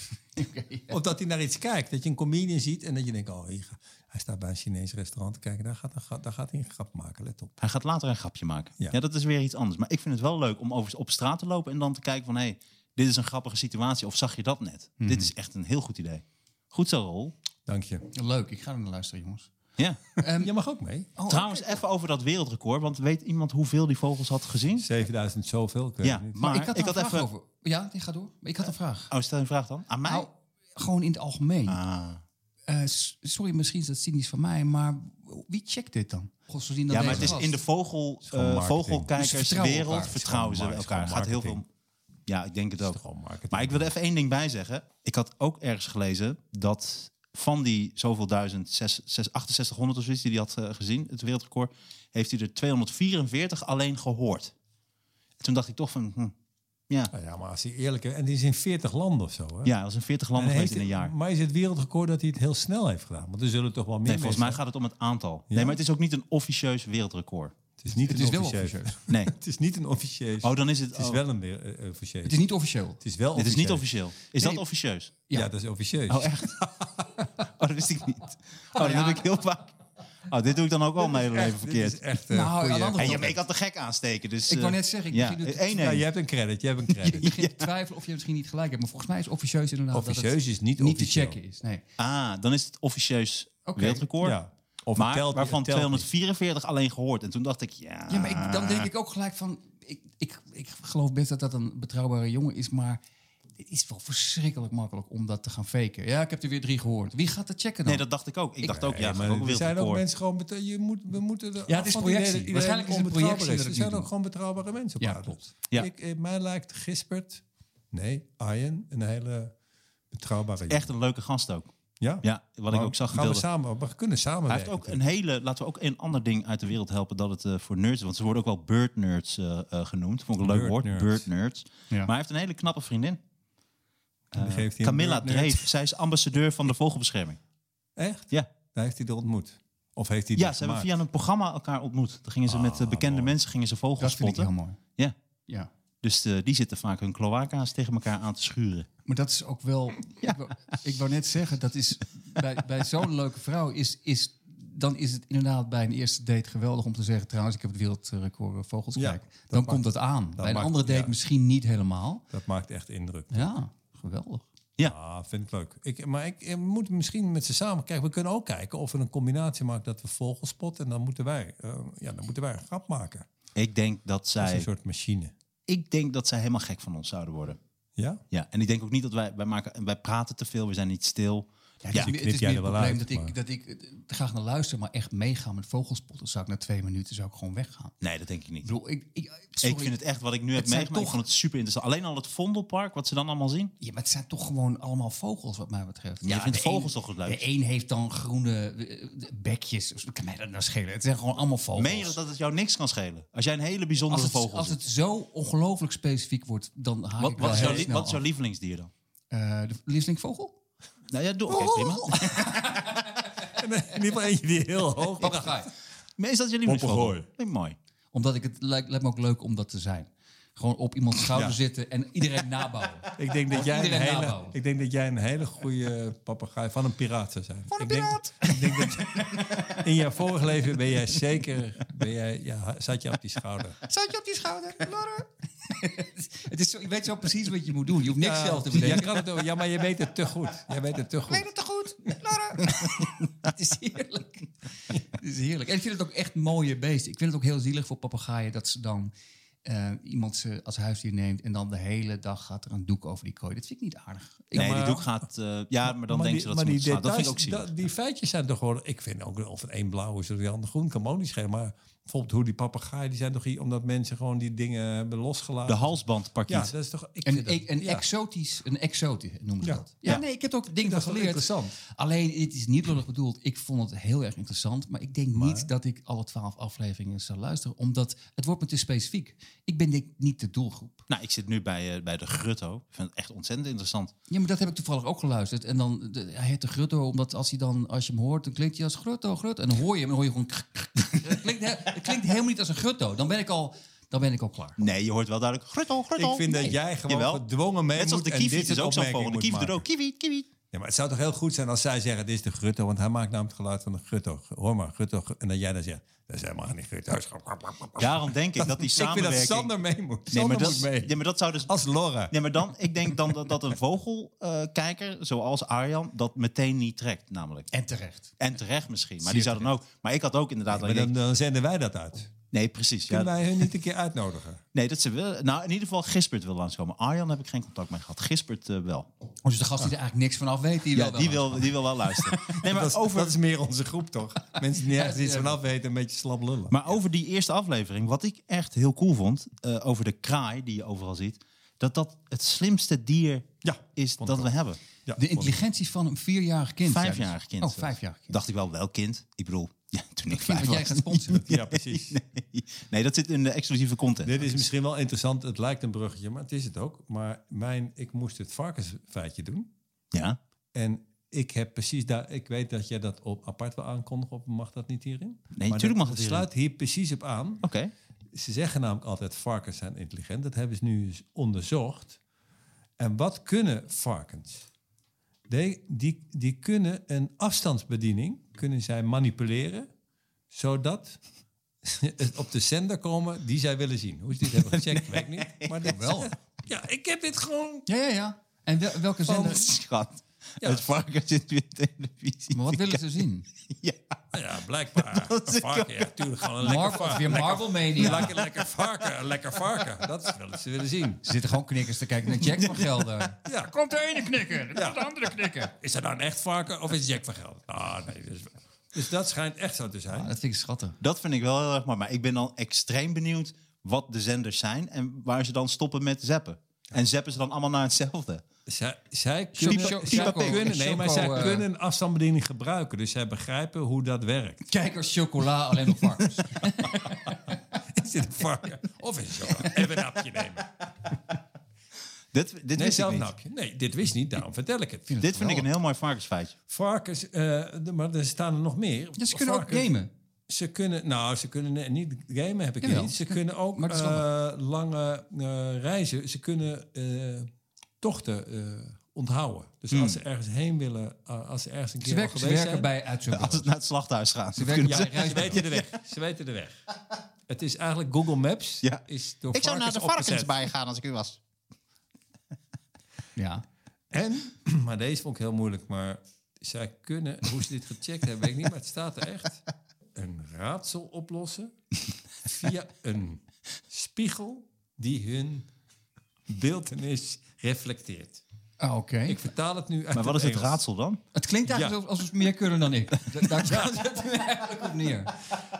Of dat hij naar iets kijkt, dat je een comedian ziet en dat je denkt, oh, hier, ga- hij staat bij een Chinees restaurant te kijken, daar gaat, daar gaat, daar gaat hij een grap maken, let op. Hij gaat later een grapje maken. Ja. Ja. dat is weer iets anders. Maar ik vind het wel leuk om over, op straat te lopen en dan te kijken van... hé, hey, dit is een grappige situatie. Of zag je dat net? Dit is echt een heel goed idee. Goed zo, Rol. Dank je. Leuk, ik ga er naar luisteren, jongens. Ja. Je mag ook mee. Oh, Trouwens, even over dat wereldrecord. Want weet iemand hoeveel die vogels had gezien? zevenduizend zoveel, ik weet Ja, het niet. maar Maar ik had, ik er een had vraag even... over. Ja, die gaat door. Maar ik had een vraag. Oh, stel een vraag dan. Aan mij? Nou, gewoon in het algemeen. Ah. Eh, s- sorry, misschien is dat cynisch van mij, maar wie checkt dit dan? God, zo zien dat Ja, maar deze het is gast. in de vogel, gewoon eh, marketing. Dus ze vertrouwen vogelkijkerswereld elkaar. vertrouwen ze Het is gewoon elkaar. mar- Gaat heel marketing. veel... Ja, ik denk het ook. Gewoon marketing. Maar ik wil er even één ding bij zeggen. Ik had ook ergens gelezen dat van die zoveel duizend, zes, zes, achtenzestighonderd of zoiets die hij had eh, gezien, het wereldrecord, heeft hij er tweehonderdvierenveertig alleen gehoord. En toen dacht ik toch van, hm, ja, Nou ja, maar als hij eerlijk is, en die is in veertig landen of zo, hè? ja, dat is een veertig En landen heeft geweest in een hij- jaar. Maar is het wereldrecord dat hij het heel snel heeft gedaan? Want er zullen toch wel meer Nee, volgens mij mensen- gaat het om het aantal. Ja? Nee, maar het is ook niet een officieus wereldrecord. Het is niet Het een is wel officieus. officieus. Nee. Het is niet een officieus. Oh, dan is het... Het is oh, wel een weer- eh, officieus. Het is niet officieel. Het is wel dit is niet officieus. officieel. Is Nee. dat officieus? Ja, Ja. dat is officieus. Oh, echt? Oh, dat wist ik niet. Oh, dat heb ik heel vaak... Oh, dit doe ik dan ook al mijn hele leven Echt, dit verkeerd. is echt eh, Nou, aan de goeie- andere En kant- ja, maar ik had de gek aansteken, dus... Ik wou eh, net zeggen, ik ja, begin het- één Ja, één. je hebt een credit, je hebt een credit. Ik begin te twijfelen of je misschien niet gelijk hebt, maar volgens mij is officieus inderdaad Officieus dat het is niet niet officieel. te checken is. Nee. Ah, dan is het officieus Oké. wereldrecord. Ja. Of het Maar telt- waarvan het telt niet. tweehonderdvierenveertig alleen gehoord. En toen dacht ik, ja... Ja, maar ik, dan denk ik ook gelijk van, ik, ik, ik geloof best dat dat een betrouwbare jongen is, maar het is wel verschrikkelijk makkelijk om dat te gaan faken. Ja, ik heb er weer drie gehoord. Wie gaat dat checken dan? Nee, dat dacht ik ook. Ik, dacht ook, ja, Nee, maar maar ook een er zijn ook wereldrecord. mensen gewoon... beta- Je moet, we moeten er Ja, het is af van projectie. iedereen- iedereen Waarschijnlijk is het onbetrouwbaar projectie dat Er ik zijn nu ook doe. gewoon betrouwbare mensen op Ja, aarde. klopt. Ja. Ik, eh, mij lijkt Gispert, nee, Arjen, een hele betrouwbare Echt een leuke gast ook. Ja, Ja, wat Maar ik ook zag. Gaan we, beelden. samen, we kunnen Hij samenwerken. heeft ook een hele, laten we ook een ander ding uit de wereld helpen dat het uh, voor nerds is. Want ze worden ook wel bird nerds uh, uh, genoemd. Vond ik een leuk Bird woord, nerds. bird nerds. Ja. Maar hij heeft een hele knappe vriendin. Die Uh, geeft hij een Camilla bird nerd. Dreef. Zij is ambassadeur van de vogelbescherming. Echt? Ja, Daar heeft hij er ontmoet. Of heeft hij ja die ze hebben gemaakt? via een programma elkaar ontmoet. Dan gingen ze met uh, bekende mooi. mensen gingen ze vogels Dat vind ik spotten. heel mooi. Ja. Ja. Dus uh, die zitten vaak hun kloaka's tegen elkaar aan te schuren. Maar dat is ook wel... Ik, wou, ik wou net zeggen, dat is bij, bij zo'n leuke vrouw is, is... Dan is het inderdaad bij een eerste date geweldig om te zeggen... trouwens, ik heb het wereldrecord vogels Ja, kijk. dat Dan maakt- komt dat aan. bij een maakt- andere date ja. misschien niet helemaal. Dat maakt echt indruk. Ja, geweldig. Ja. Ah, vind ik leuk. Ik, maar ik, ik moet misschien met ze samen kijken. We kunnen ook kijken of we een combinatie maken dat we vogels spotten. En dan moeten wij, uh, ja, dan moeten wij een grap maken. Ik denk dat Dat is zij... een soort machine. Ik denk dat zij helemaal gek van ons zouden worden. Ja? Ja, en ik denk ook niet dat wij... Wij, maken, wij praten te veel, we zijn niet stil. Ja, Ja, het is, knip meer- het is jij meer er het wel probleem uit, dat, maar- ik, dat ik er graag naar luister... maar echt meegaan met vogelspotten... zou ik na twee minuten zou ik gewoon weggaan. Nee, dat denk ik niet. Ik bedoel, ik, ik, sorry. Ik vind het echt, wat ik nu heb Het zijn meegemaakt, ik toch- vond het super interessant. Alleen al het Vondelpark, wat ze dan allemaal zien. Ja, maar het zijn toch gewoon allemaal vogels wat mij betreft. Je vindt de vogels een- toch het leukst? De een heeft dan groene eh, bekjes. Dus kan mij dat nou schelen? Het zijn gewoon allemaal vogels. Meen je dat het jou niks kan schelen? Als jij een hele bijzondere als het, vogel als ziet. het zo ongelooflijk specifiek wordt, dan haak Wat, ik wel wat, is heel jouw, li- snel wat is jouw af. lievelingsdier dan? Eh, de lievelingvogel? Nou ja, doe oké, prima. In ieder geval eentje die heel hoog praat. Papegaai. Maar is dat je lievelingsvogel? Papegaai. Nee, mooi. Omdat ik het lijkt, lijkt me ook leuk om dat te zijn. Gewoon op iemands schouder Ja. zitten en iedereen nabouwen. Ik denk, dat jij een Iedereen hele, nabouwen. ik denk dat jij een hele goede papegaai van een piraat zou zijn. Van een ik denk- piraat? ik denk dat je- in jouw vorig leven ben jij zeker, ben jij, ja, zat je op die schouder. Zat je op die schouder? Lorre? Het is zo, je weet zo precies wat je moet doen. Je hoeft niks Ja, zelf te jij bedenken. kan het ook, ja, maar je weet het te goed. Jij weet het te goed. Weet het toch goed? Lorre? Het is heerlijk. Het is heerlijk. En ik vind het ook echt mooie beesten. Ik vind het ook heel zielig voor papegaaien dat ze dan eh, iemand ze als huisdier neemt en dan de hele dag gaat er een doek over die kooi. Dat vind ik niet aardig. Ik, Nee, maar- die doek gaat... uh, ja, maar dan Maar denken die- ze dat maar ze die moeten slaan. Dat vind ik ook details, zielig. dat- die feitjes zijn toch gewoon... Ik vind ook of het één blauw is of de ander groen, kan me ook niet schelen. Maar bijvoorbeeld hoe die papegaaien, die zijn toch hier omdat mensen gewoon die dingen hebben De losgelaten. halsbandparkiet. Ja, dat is toch... Ik een, vind dat- een, een ja. exotisch, een exotisch noemen ze Ja. dat. Ja, Ja. nee, ik heb ook dingen Dat van is toch geleerd. interessant. Alleen, het is niet lullig bedoeld. Ik vond het heel erg interessant. Maar ik denk Maar- niet dat ik alle twaalf afleveringen zou luisteren. Omdat het wordt me te specifiek. Ik ben denk ik niet de doelgroep. Nou, ik zit nu bij, uh, bij de Grutto. Ik vind het echt ontzettend interessant. Ja, maar dat heb ik toevallig ook geluisterd. En dan, de, hij heet de Grutto, omdat als, hij dan, als je hem hoort, dan klinkt hij als Grutto, Grutto. En dan hoor je hem en dan hoor je gewoon... het, klinkt, he- het klinkt helemaal niet als een Grutto. Dan ben ik al, dan ben ik al klaar. Nee, je hoort wel duidelijk Grutto, Grutto. Ik vind Nee. dat jij gewoon Jawel. gedwongen mee Net zoals moet de en kieviet dit is soort ook zo'n opmerkingen vogel. De moet kieviet doet maken. ook kieviet, kieviet. Ja, maar het zou toch heel goed zijn als zij zeggen, dit is de Grutto. Want hij maakt namelijk het geluid van de Grutto. Hoor maar, Grutto. En dat jij dan zegt, dat is helemaal niet Grutto. Daarom denk ik dat die Ik vind samenwerking... dat Sander mee moet. Nee, Sander maar dat, moet mee. ja, maar dat zou dus... Als Laura. Nee, maar dan, ik denk dan dat, dat een vogelkijker, zoals Arjan, dat meteen niet trekt, namelijk. En terecht. En terecht misschien. Maar Zeer die zou dan ook... Maar ik had ook inderdaad... Maar ik dan, denk- dan zenden wij dat uit. nee, precies. Kunnen Ja, wij hun niet een keer uitnodigen? nee, dat ze willen... Nou, in ieder geval Gispert wil langskomen. Arjan heb ik geen contact mee gehad. Gispert eh, wel. Dus de gast die er eigenlijk niks van af weet, die Ja, wil wel die langs. wil, die wil wel luisteren. Nee, maar dat, is, over... dat is meer onze groep, toch? Mensen die nergens Ja, iets ja. vanaf weten, een beetje slap lullen. Maar over die eerste aflevering, wat ik echt heel cool vond, eh, over de kraai die je overal ziet, dat dat het slimste dier Ja, is vond dat ik we ook. hebben. Ja, De intelligentie van een vierjarig kind. zei Vijfjarig ze. kind. Oh, zelfs. vijfjarig kind. Dacht ik wel, wel kind. Ik bedoel, ja, toen ik Kind vijf wat jij was. gaat sponsoren. Ja, precies. Nee, nee, dat zit in de exclusieve content. Dit is misschien wel interessant. Het lijkt een bruggetje, maar het is het ook. Maar mijn, ik moest het varkensfeitje doen. Ja. En ik heb precies daar... Ik weet dat jij dat op apart wil aankondigen. Of mag dat niet hierin? Nee, maar tuurlijk dat, mag het dat hierin. sluit hier precies op aan. Oké. Ze zeggen namelijk altijd varkens zijn intelligent. Dat hebben ze nu eens onderzocht. En wat kunnen varkens? Die, die, die kunnen een afstandsbediening kunnen zij manipuleren, zodat ze op de zender komen die zij willen zien. Hoe ze dit hebben gecheckt, weet ik niet. Maar dit, Wel. ja, ik heb dit gewoon... Ja, ja, ja. En wel- welke Oh, zender... schat. Ja. Het varken zit weer televisie. Maar wat willen ze zien? Ja. Ja, blijkbaar. Dat is Een varken, ja, tuurlijk. Gewoon een lekker Marvel, of varken. weer Marvel Mania. Lekker, lekker varken, een lekker varken. Dat is wat ze willen zien. Ze zitten gewoon knikkers te kijken naar Jack van Gelder. Ja. Komt de ene knikker, dan Ja. komt de andere knikker. Is dat nou een echt varken of is het Jack van Gelder? Ah, nee. Dus, dus dat schijnt echt zo te zijn. Ah, dat vind ik schattig. Dat vind ik wel heel erg mooi. Maar ik ben dan extreem benieuwd wat de zenders zijn en waar ze dan stoppen met zappen. En zeppen ze dan allemaal naar hetzelfde? Zij, zij Choco- kunnen, Choco- zij Choco- kunnen, nee, maar zij Choco, uh, kunnen een afstandsbediening gebruiken. Dus zij begrijpen hoe dat werkt. Kijk als chocola alleen nog varkens. Is het een varken? Of is het chocola? Even een hapje nemen. Dit, dit Nee, wist ik zelf een niet. hapje. Nee, dit wist niet, daarom vertel ik het. Dit vind ik een heel mooi varkensfeitje. Varkens, eh, de- maar er staan er nog meer. Ja, ze kunnen Varkens- ook gamen. Ze kunnen, nou, ze kunnen ne- niet gamen, heb ik Jawel. niet. Ze kunnen ook Maar het is wel eh, lange eh, reizen. Ze kunnen eh, tochten eh, onthouden. Dus Hmm. als ze ergens heen willen, uh, als ze ergens een Ze keer al werken, ze geweest werken zijn. bij uit zo'n Als ze naar het slachthuis gaan. Ze werken kunnen ja, ze- reis- Ze weten de weg. Ze weten de weg. Het is eigenlijk Google Maps. Ja. Is door Ik zou naar de varkens varkens opgezet. bij gaan als ik u was. Ja. En, maar deze vond ik heel moeilijk, maar zij kunnen, hoe ze dit gecheckt hebben, weet ik niet, maar het staat er echt. Een raadsel oplossen via een spiegel die hun beeltenis reflecteert. Ah, oké. Ik vertaal het nu uit Maar wat is het Engels. raadsel dan? Het klinkt eigenlijk Ja. alsof ze meer kunnen dan ik. Da- Daar gaat het nu eigenlijk op neer.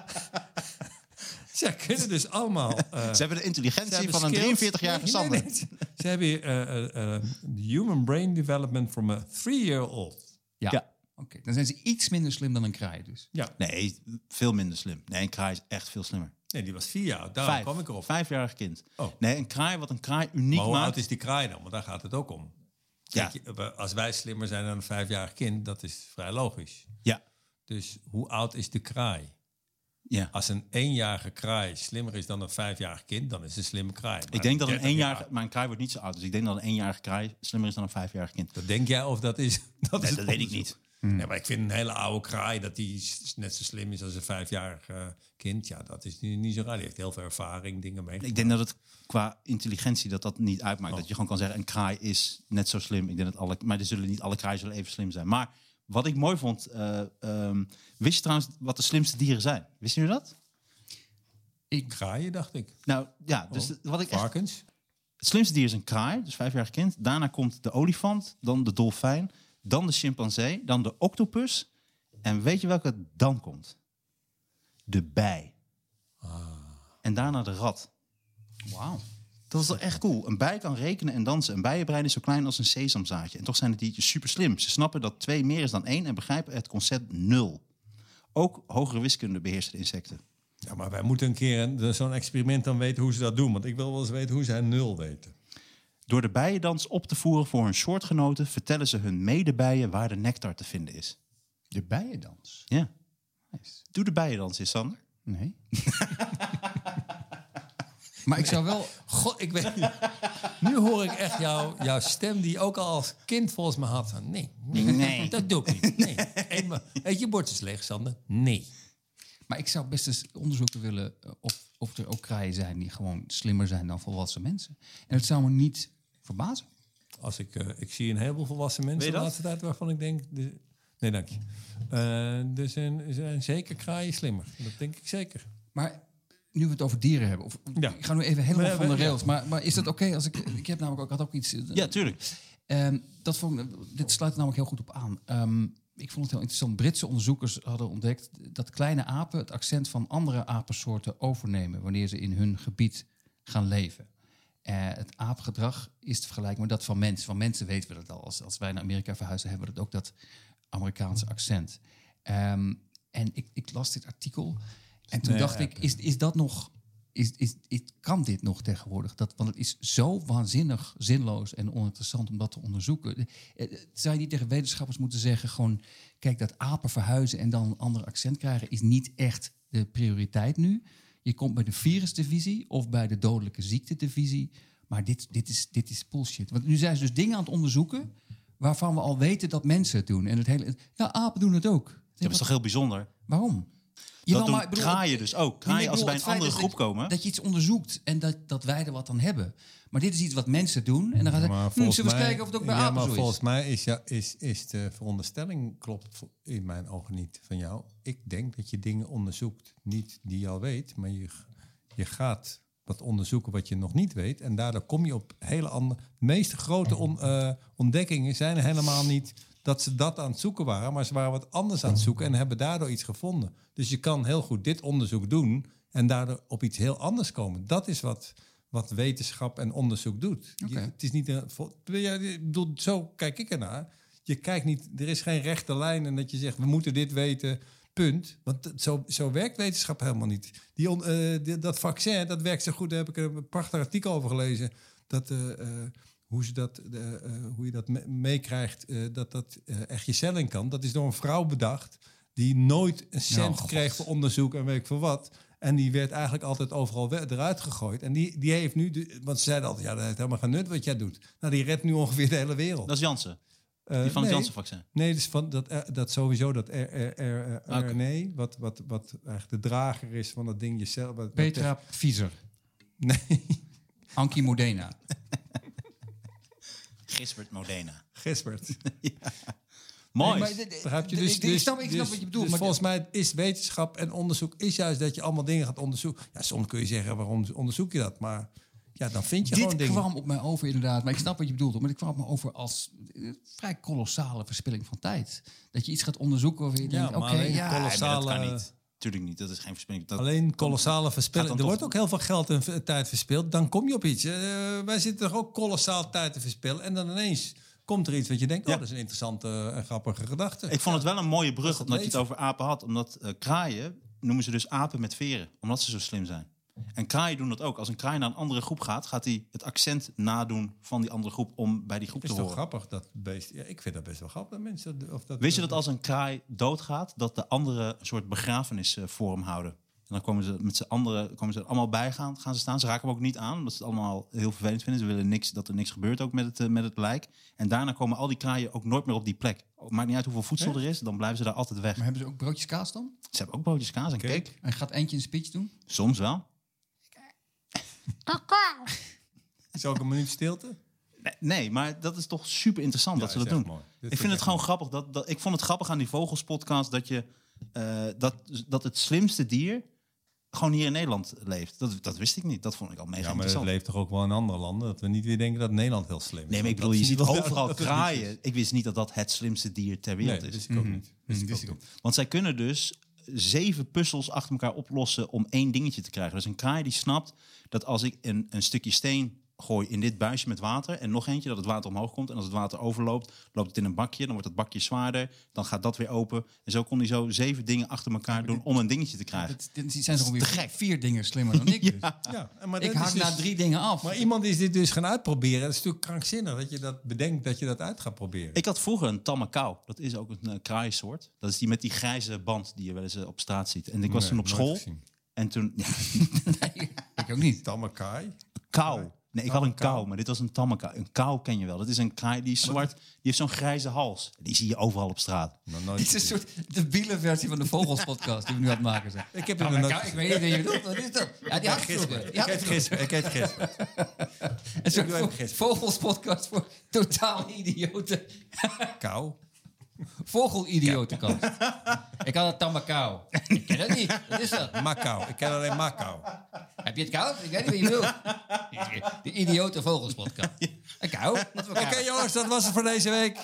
Zij kunnen dus allemaal... eh, Ze hebben de intelligentie ze hebben van een skills. drieënveertig-jarige Nee, Sander. nee, nee. Ze hebben hier eh, eh, eh, the human brain development from a three-year-old. Ja. Ja. Oké, dan zijn ze iets minder slim dan een kraai dus. Ja, Nee, veel minder slim. Nee, een kraai is echt veel slimmer. nee, die was vier jaar oud. Daarom Vijf. kwam ik erop. Vijfjarig kind. Oh. Nee, een kraai, wat een kraai uniek Maar hoe maakt... oud is die kraai dan? Want daar gaat het ook om. Ja. Kijk, je, we- als wij slimmer zijn dan een vijfjarig kind, dat is vrij logisch. Ja. Dus hoe oud is de kraai? Ja. Als een eenjarige kraai slimmer is dan een vijfjarig kind, dan is het een slimme kraai. Maar Ik denk dat een dertig eenjarige... jaar- Maar een kraai wordt niet zo oud. Dus ik denk dat een eenjarige kraai slimmer is dan een vijfjarig kind. Dat denk jij of dat is... Dat, Nee, is dat het weet ik onderzoek. niet. Nee, maar ik vind een hele oude kraai dat die s- net zo slim is als een vijfjarig eh, kind. Ja, dat is niet, niet zo raar. Die heeft heel veel ervaring, dingen mee. Ik denk dat het qua intelligentie dat dat niet uitmaakt. Oh. Dat je gewoon kan zeggen, een kraai is net zo slim. Ik denk dat alle... Maar er zullen niet alle kraaien zullen even slim zijn. Maar wat ik mooi vond... eh, ehm, wist je trouwens wat de slimste dieren zijn? Wisten jullie dat? Kraaien, dacht ik. Nou, ja. Dus de- wat ik echt... Varkens. Het slimste dier is een kraai, dus vijfjarig kind. Daarna komt de olifant, dan de dolfijn, dan de chimpansee, dan de octopus. En weet je welke dan komt? De bij. En daarna de rat. Wauw. Dat is toch echt cool. Een bij kan rekenen en dansen. Een bijenbrein is zo klein als een sesamzaadje. En toch zijn de diertjes super slim. Ze snappen dat twee meer is dan één en begrijpen het concept nul. Ook hogere wiskunde beheersen de insecten. Ja, maar wij moeten een keer een- zo'n experiment dan weten hoe ze dat doen. Want ik wil wel eens weten hoe zij nul weten. Door de bijendans op te voeren voor hun soortgenoten... vertellen ze hun medebijen waar de nectar te vinden is. De bijendans. Ja. Nice. Doe de bijendans eens, Sander. Nee. Maar ik zou wel... God, ik weet niet. Nu hoor ik echt jou, jouw stem die je ook al als kind volgens mij had. Van, nee, nee, Nee. dat doe ik niet. Nee. Eet, maar, eet je bordjes leeg, Sander? Nee. Maar ik zou best eens onderzoeken willen eh, of, of er ook kraaien zijn die gewoon slimmer zijn dan volwassen mensen. En het zou me niet verbazen. Als ik, eh, ik zie een heleboel volwassen mensen Weet je de dat? laatste tijd waarvan ik denk... De, nee, dank je. Eh, er, zijn, er zijn zeker kraaien slimmer. Dat denk ik zeker. Maar nu we het over dieren hebben, of, Ja. ik ga nu even helemaal Nee, van de we- ja. rails. Maar, maar is dat oké als ik... Ik heb namelijk ook, had ook iets... eh, Ja, tuurlijk. Ehm, dat vond, ik- dit sluit er namelijk heel goed op aan. Ehm, ik vond het heel interessant. Britse onderzoekers hadden ontdekt dat kleine apen het accent van andere apensoorten overnemen wanneer ze in hun gebied gaan leven. Eh, het aapgedrag is te vergelijken met dat van mensen. Van mensen weten we dat al. Als, als wij naar Amerika verhuizen, hebben we dat ook dat Amerikaanse accent. Ehm, en ik, ik las dit artikel en toen Nee, dacht ik, apen. is, is dat nog... Is, is, is, kan dit nog tegenwoordig? Dat, want het is zo waanzinnig zinloos en oninteressant om dat te onderzoeken. Eh, eh, Zou je niet tegen wetenschappers moeten zeggen... gewoon, kijk, dat apen verhuizen en dan een ander accent krijgen... is niet echt de prioriteit nu. Je komt bij de virusdivisie of bij de dodelijke ziektedivisie. Maar dit, dit, is, dit is bullshit. Want nu zijn ze dus dingen aan het onderzoeken... waarvan we al weten dat mensen het doen. En het hele, ja, apen doen het ook. Dat is toch heel bijzonder? Waarom? Dat Jawel, doen maar ik bedoel- kraaien dus ook. Nee, Kraaien ik als ze bedoel, bij een het andere feit groep is dat- komen. Dat je iets onderzoekt en dat, dat wij er wat aan hebben. Maar dit is iets wat mensen doen. En dan gaan ze, Maar hm, volgens zullen we eens mij- kijken of het ook bij ja, apen maar zo volgens is? mij is, ja, is, is de veronderstelling klopt vo- in mijn ogen niet van jou. Ik denk dat je dingen onderzoekt, niet die je al weet, maar je, je gaat wat onderzoeken wat je nog niet weet. En daardoor kom je op hele andere... De meeste grote on- eh, ontdekkingen zijn er helemaal niet dat ze dat aan het zoeken waren, maar ze waren wat anders aan het zoeken en hebben daardoor iets gevonden. Dus je kan heel goed dit onderzoek doen en daardoor op iets heel anders komen. Dat is wat, wat wetenschap en onderzoek doet. Oké. Je, het is niet een, vol- ja, ik bedoel, zo kijk ik ernaar. Je kijkt niet, er is geen rechte lijn en dat je zegt, we moeten dit weten, punt. Want het- zo, zo werkt wetenschap helemaal niet. Die on, eh, die- dat vaccin, dat werkt zo goed. Daar heb ik een prachtig artikel over gelezen. Dat, eh, eh, hoe, ze dat, eh, eh, hoe je dat me- meekrijgt, eh, dat dat eh, echt je cel in kan. Dat is door een vrouw bedacht die nooit een cent God. kreeg voor onderzoek en weet ik veel wat. En die werd eigenlijk altijd overal we- eruit gegooid. En die, die heeft nu, de, want ze zeiden altijd, ja, dat heeft helemaal geen nut wat jij doet. Nou, die redt nu ongeveer de hele wereld. Dat is Janssen. Eh, Die van nee, het Janssen-vaccin. Nee, dus van dat, eh, dat sowieso dat R- R- R- Oké. R N A, wat, wat, wat eigenlijk de drager is van dat ding jezelf. Wat, wat- Petra Pfizer. Nee, Ankie Modena. Gisbert Modena. Gisbert. Mooi. Nee, maar dit- Begrijp je? Ik- Dus, ik, dus, snap, ik snap dus- wat je bedoelt. dus maar volgens mij is wetenschap en onderzoek is juist dat je allemaal dingen gaat onderzoeken. Ja, soms kun je zeggen, waarom onderzoek je dat? Maar ja, dan vind je dit gewoon dingen. kwam op mij over inderdaad. Maar ik snap wat je bedoelt. Maar dit kwam op me over als eh, vrij kolossale verspilling van tijd. Dat je iets gaat onderzoeken waarvan je Ja, denkt, maar oké, alleen ja. Nee, maar kolossale... dat kan niet. Tuurlijk niet. Dat is geen verspilling. Dat, Alleen kolossale verspilling. Gaat Er dan wordt toch- ook heel veel geld en v- tijd verspild. Dan kom je op iets. Eh, wij zitten toch ook kolossaal tijd te verspillen. En dan ineens komt er iets wat je denkt... Ja. oh, dat is een interessante en grappige gedachte. Ik vond het wel een mooie brug het omdat je het leven. over apen had. Omdat eh, kraaien noemen ze dus apen met veren. Omdat ze zo slim zijn. En kraaien doen dat ook. Als een kraai naar een andere groep gaat, gaat hij het accent nadoen van die andere groep om bij die groep Het te is toch horen. grappig, dat beest. Ja, ik vind dat best wel grappig. Dat mensen, dat- of dat, Wist je dat als een kraai doodgaat, dat de anderen een soort begrafenis eh, voor hem houden? En dan komen ze met z'n anderen komen ze er allemaal bij gaan, gaan ze staan. Ze raken hem ook niet aan, omdat ze het allemaal heel vervelend vinden. Ze willen niks, dat er niks gebeurt ook met het, eh, met het lijk. En daarna komen al die kraaien ook nooit meer op die plek. Maakt niet uit hoeveel voedsel er is, dan blijven ze daar altijd weg. Maar hebben ze ook broodjes kaas dan? Ze hebben ook broodjes kaas en Cake. cake. En gaat eentje een speech doen? Soms wel. Is ook een minuut stilte? Nee, nee, maar dat is toch super interessant dat ze dat doen. Ik vind het gewoon grappig. Dat, dat, ik vond het grappig aan die Vogelspodcast dat je eh, dat, dat het slimste dier gewoon hier in Nederland leeft. Dat, dat wist ik niet. Dat vond ik al mega Ja, maar het interessant. leeft toch ook wel in andere landen? Dat we niet weer denken dat Nederland heel slim is. Nee, maar ik Want bedoel, je dat ziet is niet overal dat het niet kraaien. is. Ik wist niet dat dat het slimste dier ter Nee, wereld dat is. wist ik ook niet. Wist ik wist ook ik niet. Want zij kunnen dus zeven puzzels achter elkaar oplossen om één dingetje te krijgen. Dus een kraai die snapt dat als ik een, een stukje steen gooi in dit buisje met water en nog eentje, dat het water omhoog komt. En als het water overloopt, loopt het in een bakje. Dan wordt het bakje zwaarder. Dan gaat dat weer open. En zo kon hij zo zeven dingen achter elkaar doen om een dingetje te krijgen. Het, dit zijn toch te ongeveer gek. vier dingen slimmer dan ik. Dus. Ja, maar Ik dat haak is dus- na drie dingen af. Maar iemand is dit dus gaan uitproberen. Dat is natuurlijk krankzinnig dat je dat bedenkt dat je dat uit gaat proberen. Ik had vroeger een tamme kou. Dat is ook een uh, kraaiensoort. Dat is die met die grijze band die je wel eens uh, op straat ziet. En ik was Nee, toen op nooit school. gezien. En toen... Ja, Nee, ik ook niet. Tamakai. kou. Nee, ik had een kou. kou, maar dit was een tamme kou. Een kou ken je wel. Dat is een kraai die is zwart. Die heeft zo'n grijze hals. Die zie je overal op straat. Nou, nooit Dit is een gezien. soort debiele versie van de Vogelspodcast die we nu aan het maken zijn. Ik heb Ja, er maar nog ik, nooit ik weet niet wat je bedoelt. Wat is dat? Ja, die had ik vroeger. Gisbert. Die had Ik ik heet vroeger. Gisbert. Ik heet Gisbert. Een soort doe even vo- Gisbert. Vogelspodcast voor totaal idioten. Kou. Vogelidiotenkast. Ik had een tamme kou. Ik ken dat niet. Wat is dat? Macau. Ik ken alleen Macau. Heb je het koud? Ik weet niet wat je bedoelt. De idiote vogelspodcast. Een kou? Wat voor Oké kou? jongens, dat was het voor deze week.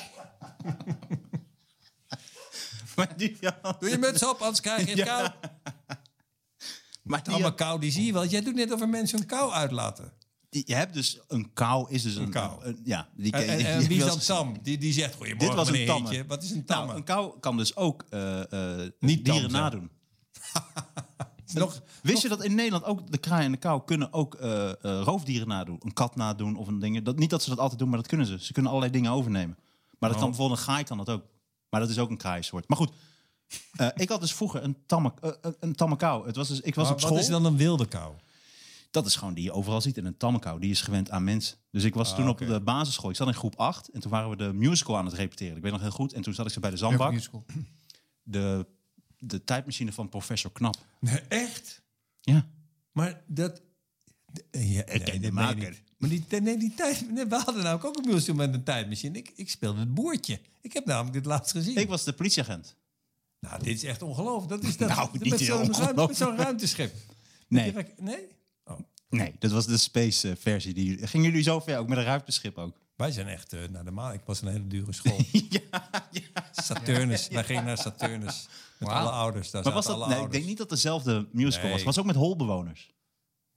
Maar die, ja, Doe je muts op, anders krijg je het kou. maar die, Allemaal kou, die zie je wel. Jij doet net of er mensen een kou uitlaten. die- je hebt dus een kou. Is dus een, kou. een- ja, die En, ken je- en, die en heb wie je is wel dan eens gezien. Tam? Die, die zegt, goedemorgen Dit was een meneer tamme. Heetje. Wat is een tamme? Nou, een kou kan dus ook eh, eh, Niet tam dieren zijn. nadoen. nog, Wist je dat in Nederland ook de kraai en de kou kunnen ook eh, eh, roofdieren nadoen? Een kat nadoen of een ding. Dat, niet dat ze dat altijd doen, maar dat kunnen ze. Ze kunnen allerlei dingen overnemen. Maar dat Oh. kan bijvoorbeeld een gaai kan dat ook. Maar dat is ook een kraaiensoort. Maar goed, eh, ik had dus vroeger een tamme, eh, een- een tamme kou. Het was dus, ik was maar op wat school. is dan een wilde kou? Dat is gewoon die je overal ziet. En een tamme kou, die is gewend aan mensen. Dus ik was toen oké. op de basisschool. Ik zat in groep acht. En toen waren we de musical aan het repeteren. Ik weet nog heel goed. En toen zat ik ze bij de Welke zandbak. musical? De, de tijdmachine van professor Knap. Nee, echt? Ja. Maar dat... Ja, ken de dat meen maker. ik niet. Maar die, nee, die tijd... Nee, we hadden namelijk ook een musical met een tijdmachine. Ik, ik speelde het boertje. Ik heb namelijk dit laatst gezien. Ik was de politieagent. Nou, dit is echt ongelooflijk. Dat is dat, Nou, niet met heel zo'n ruim, ongelooflijk. met zo'n ruimteschip. Nee. Met die rak- nee? Oh. Nee, dat was de space eh, versie. Die, gingen jullie zo ver? Ook met een ruimteschip ook? Wij zijn echt uh, naar de maan. Ik was een hele dure school. Saturnus. Wij gingen naar Saturnus. Met Wauw. alle ouders. Daar Maar was zaten dat, alle nee, ik denk ouders. niet dat dezelfde musical Nee. was. Het was ook met holbewoners.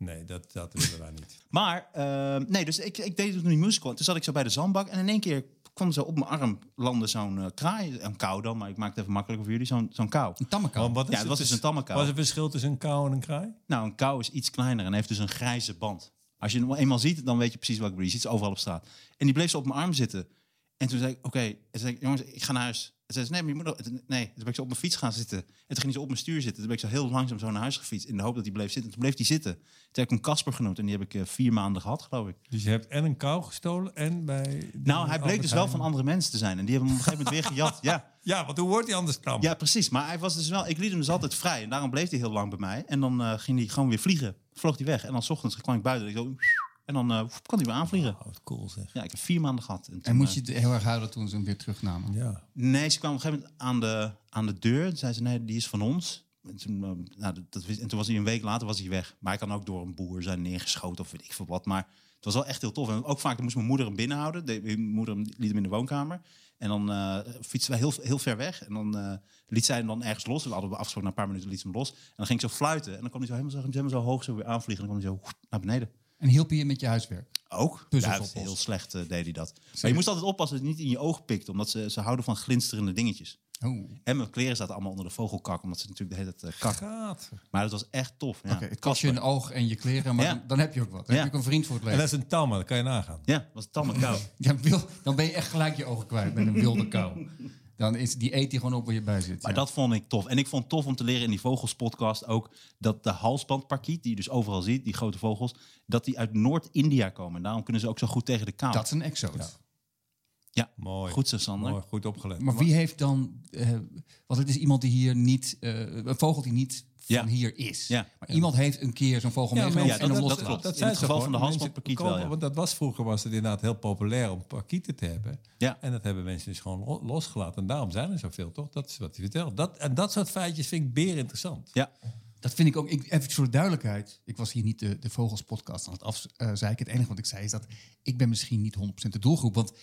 Nee, dat, dat willen wij niet. Maar, uh, nee, dus ik, ik deed het nog niet musical. En toen zat ik zo bij de zandbak. En in één keer kwam er zo op mijn arm landen zo'n uh, kraai. Een kou dan, maar ik maak het even makkelijker voor jullie. Zo'n, zo'n kou. Een tamme kou. Oh, wat is Ja, het was dus een tamme kou. Wat is het verschil tussen een kou en een kraai? Nou, een kou is iets kleiner en heeft dus een grijze band. Als je hem eenmaal ziet, dan weet je precies wat ik bedoel. Je ziet ze overal op straat. En die bleef zo op mijn arm zitten. En toen zei ik, oké. Okay. En zei ik, jongens, ik ga naar huis. En zei ze, nee, maar je moet nog... Nee, toen ben ik zo op mijn fiets gaan zitten. En toen ging hij zo op mijn stuur zitten. Toen ben ik zo heel langzaam zo naar huis gefietst. In de hoop dat hij bleef zitten. Toen bleef hij zitten. Toen heb ik hem Casper genoemd. En die heb ik uh, vier maanden gehad, geloof ik. Dus je hebt en een kou gestolen en bij... Nou, hij bleek dus wel van andere mensen te zijn. En die hebben hem op een gegeven moment weer gejat. Ja. Ja, want hoe wordt hij anders dan? Ja, precies. Maar hij was dus wel... Ik liet hem dus altijd vrij. En daarom bleef hij heel lang bij mij. En dan uh, ging hij gewoon weer vliegen. Vloog hij weg. En dan 's ochtends kwam ik buiten. En, ik zo, en dan uh, kon hij weer aanvliegen. Oh, wat cool zeg. Ja, ik heb vier maanden gehad. En, toen, En moest je uh, het heel erg huilen toen ze hem weer terugnamen? Ja. Nee, ze kwam op een gegeven moment aan de, aan de deur. Toen zei ze, nee, die is van ons. En toen, uh, nou, dat, dat, en toen was hij een week later was hij weg. Maar hij kan ook door een boer zijn neergeschoten of weet ik veel wat. Maar het was wel echt heel tof. En ook vaak moest mijn moeder hem binnenhouden. De, mijn moeder liet hem in de woonkamer. En dan uh, fietsen wij heel, heel ver weg. En dan uh, liet zij hem dan ergens los. We hadden afgesproken, na een paar minuten liet ze hem los. En dan ging ik zo fluiten. En dan kwam hij zo helemaal zo, helemaal zo hoog zo weer aanvliegen. En dan kwam hij zo naar beneden. En hielp je je met je huiswerk? Ook? Puzzels Ja, oplossen. heel slecht uh, deed hij dat. Maar je moest altijd oppassen dat het niet in je oog pikt. Omdat ze, ze houden van glinsterende dingetjes. Oh. En mijn kleren zaten allemaal onder de vogelkak. Omdat ze natuurlijk de hele tijd uh, kak. Gaat. Maar dat was echt tof. Ja. Oké, het kost je een oog en je kleren, maar Ja. dan, dan heb je ook wat. Dan Ja. heb je ook een vriend voor het En leven. dat is een tamme, dat kan je nagaan. Ja, het was tamme kou. Ja, wil, dan ben je echt gelijk je ogen kwijt met een wilde kou. Dan is, die eet die gewoon op waar je bij zit. Maar ja. dat vond ik tof. En ik vond het tof om te leren in die vogelspodcast ook... dat de halsbandparkiet, die je dus overal ziet, die grote vogels... dat die uit Noord-India komen. En daarom kunnen ze ook zo goed tegen de kou. Dat is een exoot. Ja. Ja, Mooi. goed zo, Sander. Mooi, goed opgelet. Maar wie heeft dan... Uh, want het is iemand die hier niet... Uh, een vogel die niet van Ja. hier is. Ja. Maar iemand heeft een keer zo'n vogel meegenomen ja, en dat- hem dat losgelaten. klopt. Dat In zijn het ze geval gewoon. van de Mensen halsbandparkiet komen- wel, ja. Want dat was vroeger was het inderdaad heel populair om parkieten te hebben. Ja. En dat hebben mensen dus gewoon lo- losgelaten. En daarom zijn er zoveel, toch? Dat is wat hij vertelt. Dat, en dat soort feitjes vind ik beer interessant. Ja. Dat vind ik ook, ik, even voor de duidelijkheid. Ik was hier niet de, de Vogels podcast aan het afzeiken. Het enige wat ik zei is dat ik ben misschien niet honderd procent de doelgroep. Want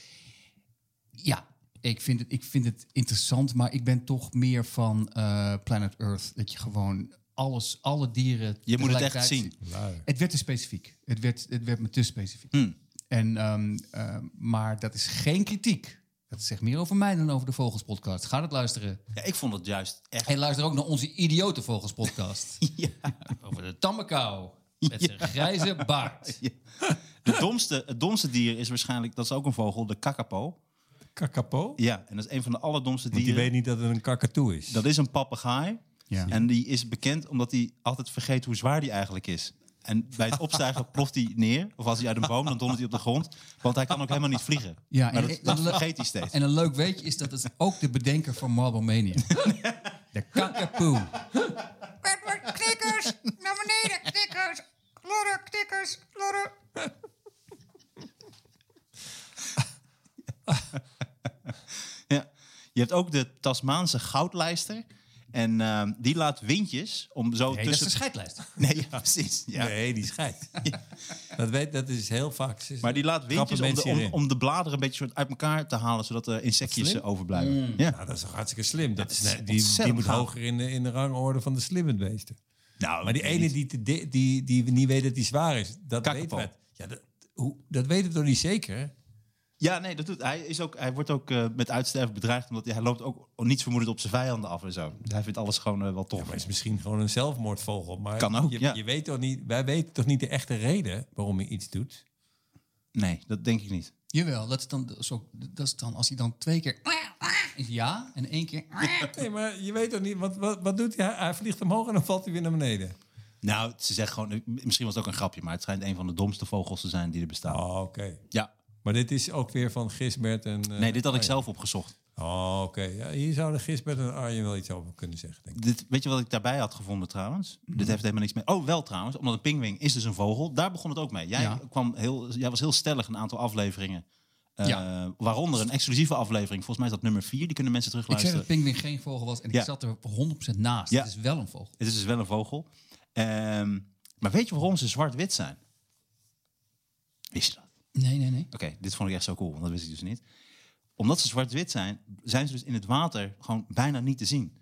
ja, ik vind het, ik vind het interessant. Maar ik ben toch meer van uh, Planet Earth. Dat je gewoon alles, alle dieren Je moet het echt tegelijkertijd zien. ziet. Lui. Het werd te specifiek. Het werd, het werd me te specifiek. Hmm. En, um, uh, maar dat is geen kritiek. Dat zegt meer over mij dan over de Vogels podcast. Ga het luisteren. Ja, ik vond het juist echt... En luister ook naar onze idiote Vogels podcast. Ja. Over de tamme kou. Met zijn grijze baard. Ja. De domste, het domste dier is waarschijnlijk... dat is ook een vogel, de kakapo. Kakapo? Ja, en dat is een van de allerdomste Want die dieren. weet niet dat het een kakatoe is. Dat is een papegaai. Ja. En die is bekend omdat hij altijd vergeet hoe zwaar die eigenlijk is. En bij het opstijgen ploft hij neer. Of als hij uit een boom, dan dondert hij op de grond. Want hij kan ook helemaal niet vliegen. Ja, maar en- dat, dat en- vergeet hij steeds. En een leuk weetje is dat het ook de bedenker van Marble Mania. De kakapoe. Knikkers, naar beneden, knikkers. Lorren, knikkers, lorren. Ja. Je hebt ook de Tasmaanse goudlijster. En uh, die laat windjes om zo Nee, dat is tussen... de scheidlijst. Nee, ja, precies. Ja. Nee, die scheidt. dat, weet, dat is heel vaak. Maar die laat windjes om de, mensen om, hierin. om de bladeren een beetje soort uit elkaar te halen... zodat er insectjes Slim. uh, overblijven. Mm. Ja. Nou, dat is toch hartstikke slim. Dat is, dat is nee, die, die ontzettend moet gaaf. hoger in de, in de rangorde van de slimme beesten. Nou, Maar die ene die, te di- die, die niet weet dat die zwaar is, dat Kakapo. weten we. Ja, dat, hoe, dat weten we toch niet zeker? Ja, nee, dat doet hij. Is ook, hij wordt ook uh, met uitsterven bedreigd... omdat hij, hij loopt ook niets vermoedend op zijn vijanden af en zo. Hij vindt alles gewoon uh, wel tof. Ja, maar is misschien gewoon een zelfmoordvogel. Maar Kan ook, je, ja. je weet toch niet, wij weten toch niet de echte reden waarom hij iets doet? Nee, dat denk ik niet. Jawel, dat is dan, zo, dat is dan als hij dan twee keer... is ja en één keer... Nee, maar je weet toch niet, wat, wat, wat doet hij? Hij- Hij vliegt omhoog en dan valt hij weer naar beneden. Nou, ze zeggen gewoon... Misschien was het ook een grapje... maar het schijnt een van de domste vogels te zijn die er bestaan. Oh, oké. Ja. Maar dit is ook weer van Gisbert en... eh, Nee, dit had ik Arjen. zelf opgezocht. Oh, oké. Ja, hier zouden Gisbert en Arjen wel iets over kunnen zeggen, denk ik. Dit, weet je wat ik daarbij had gevonden trouwens? Dit heeft helemaal niks mee... Oh, wel trouwens. Omdat een pinguïn is dus een vogel. Daar begon het ook mee. Jij, Ja. kwam heel, jij was heel stellig een aantal afleveringen. Uh, Ja. Waaronder een exclusieve aflevering. Volgens mij is dat nummer vier. Die kunnen mensen Ik zei terugluisteren. dat pinguïn geen vogel was en Ja. ik zat er honderd procent naast. Ja. Het is wel een vogel. Het is dus wel een vogel. Um, maar weet je waarom ze zwart-wit zijn? Wist je dat? Nee, nee, nee. Oké, dit vond ik echt zo cool, want dat wist ik dus niet. Omdat ze zwart-wit zijn, zijn ze dus in het water gewoon bijna niet te zien.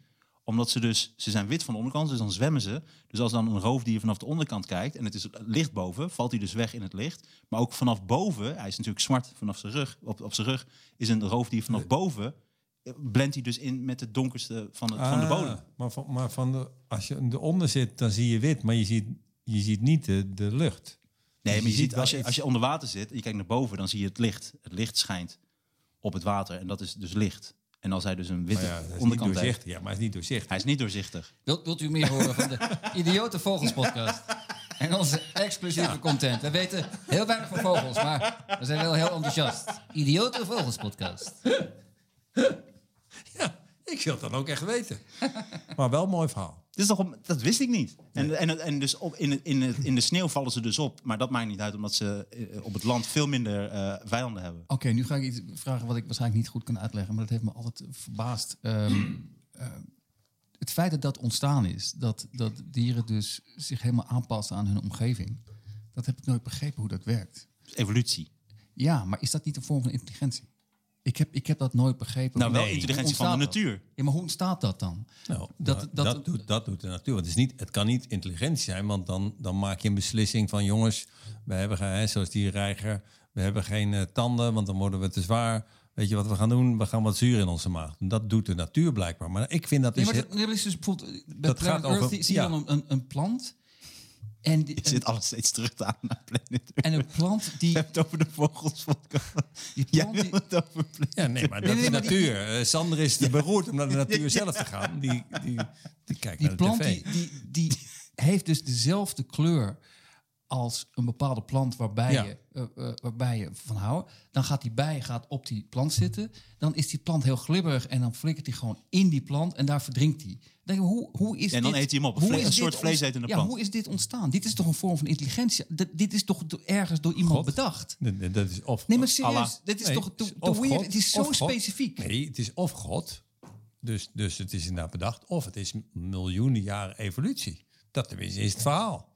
Omdat ze dus, ze zijn wit van de onderkant, dus dan zwemmen ze. Dus als dan een roofdier vanaf de onderkant kijkt en het is licht boven, valt hij dus weg in het licht. Maar ook vanaf boven, hij is natuurlijk zwart vanaf zijn rug, op, op zijn rug is een roofdier vanaf nee. boven, blendt hij dus in met het donkerste van, het, ah, van de bodem. Maar, van, maar van de, als je eronder zit, dan zie je wit, maar je ziet, je ziet niet de, de lucht. Nee, dus maar je, je ziet, als je, als je onder water zit en je kijkt naar boven, dan zie je het licht. Het licht schijnt op het water en dat is dus licht. En als hij dus een witte ja, onderkant heeft. Ja, maar hij is niet doorzichtig. Hij is niet doorzichtig. Wilt, wilt u meer horen van de Idiote Vogels podcast? En onze exclusieve ja. content. We weten heel weinig van vogels, maar we zijn wel heel enthousiast. Idiote Vogels podcast. Ja, ik wil het dan ook echt weten. Maar wel een mooi verhaal. Dat, is toch op, dat wist ik niet. En, nee. en, en dus op, in, het, in, het, in de sneeuw vallen ze dus op. Maar dat maakt niet uit, omdat ze op het land veel minder uh, vijanden hebben. Oké, okay, nu ga ik iets vragen wat ik waarschijnlijk niet goed kan uitleggen. Maar dat heeft me altijd verbaasd. Um, uh, het feit dat dat ontstaan is, dat, dat dieren dus zich helemaal aanpassen aan hun omgeving. Dat heb ik nooit begrepen hoe dat werkt. Evolutie. Ja, maar is dat niet een vorm van intelligentie? Ik heb, ik heb dat nooit begrepen. Nou, wel nee, intelligentie van de natuur. Dat? Ja, maar hoe ontstaat dat dan? Nou, dat, dat, dat, dat, doet, dat doet de natuur. Want het, is niet, het kan niet intelligentie zijn, want dan, dan maak je een beslissing van... jongens, we hebben geen, zoals die reiger, we hebben geen uh, tanden, want dan worden we te zwaar. Weet je wat we gaan doen? We gaan wat zuur in onze maag. En dat doet de natuur blijkbaar. Maar ik vind dat... Nee, is maar dat, dat is dus bijvoorbeeld... Bij dat gaat Earth, over... zie je ja. dan een, een plant... En die, je zit alles steeds terug te aan naar Planet En een plant die... Je hebt het over de vogels. Die Jij plant wil het over Planet. Ja, nee, maar dat nee, nee, is de nee, natuur. Die... Sander is te beroerd om naar de natuur ja, zelf te gaan. Die, die, die kijkt die naar de plant tv. Die, die, die heeft dus dezelfde kleur als een bepaalde plant waarbij, ja. je, uh, uh, waarbij je van houdt. Dan gaat die bij gaat op die plant zitten. Dan is die plant heel glibberig en dan flikkert hij gewoon in die plant en daar verdrinkt hij. Dan, hoe, hoe is en dan dit, eet hij hem op. Een, vle- een soort vleesetende plant. Ja, hoe is dit ontstaan? Dit is toch een vorm van intelligentie? D- dit is toch do- ergens door iemand God. bedacht? Dat, dat is of nee, maar serieus. Allah. Dit is nee, toch te, of te weird? God, Het is zo of God. specifiek. Nee, het is of God. Dus, dus het is inderdaad bedacht. Of het is miljoenen jaren evolutie. Dat tenminste is het verhaal.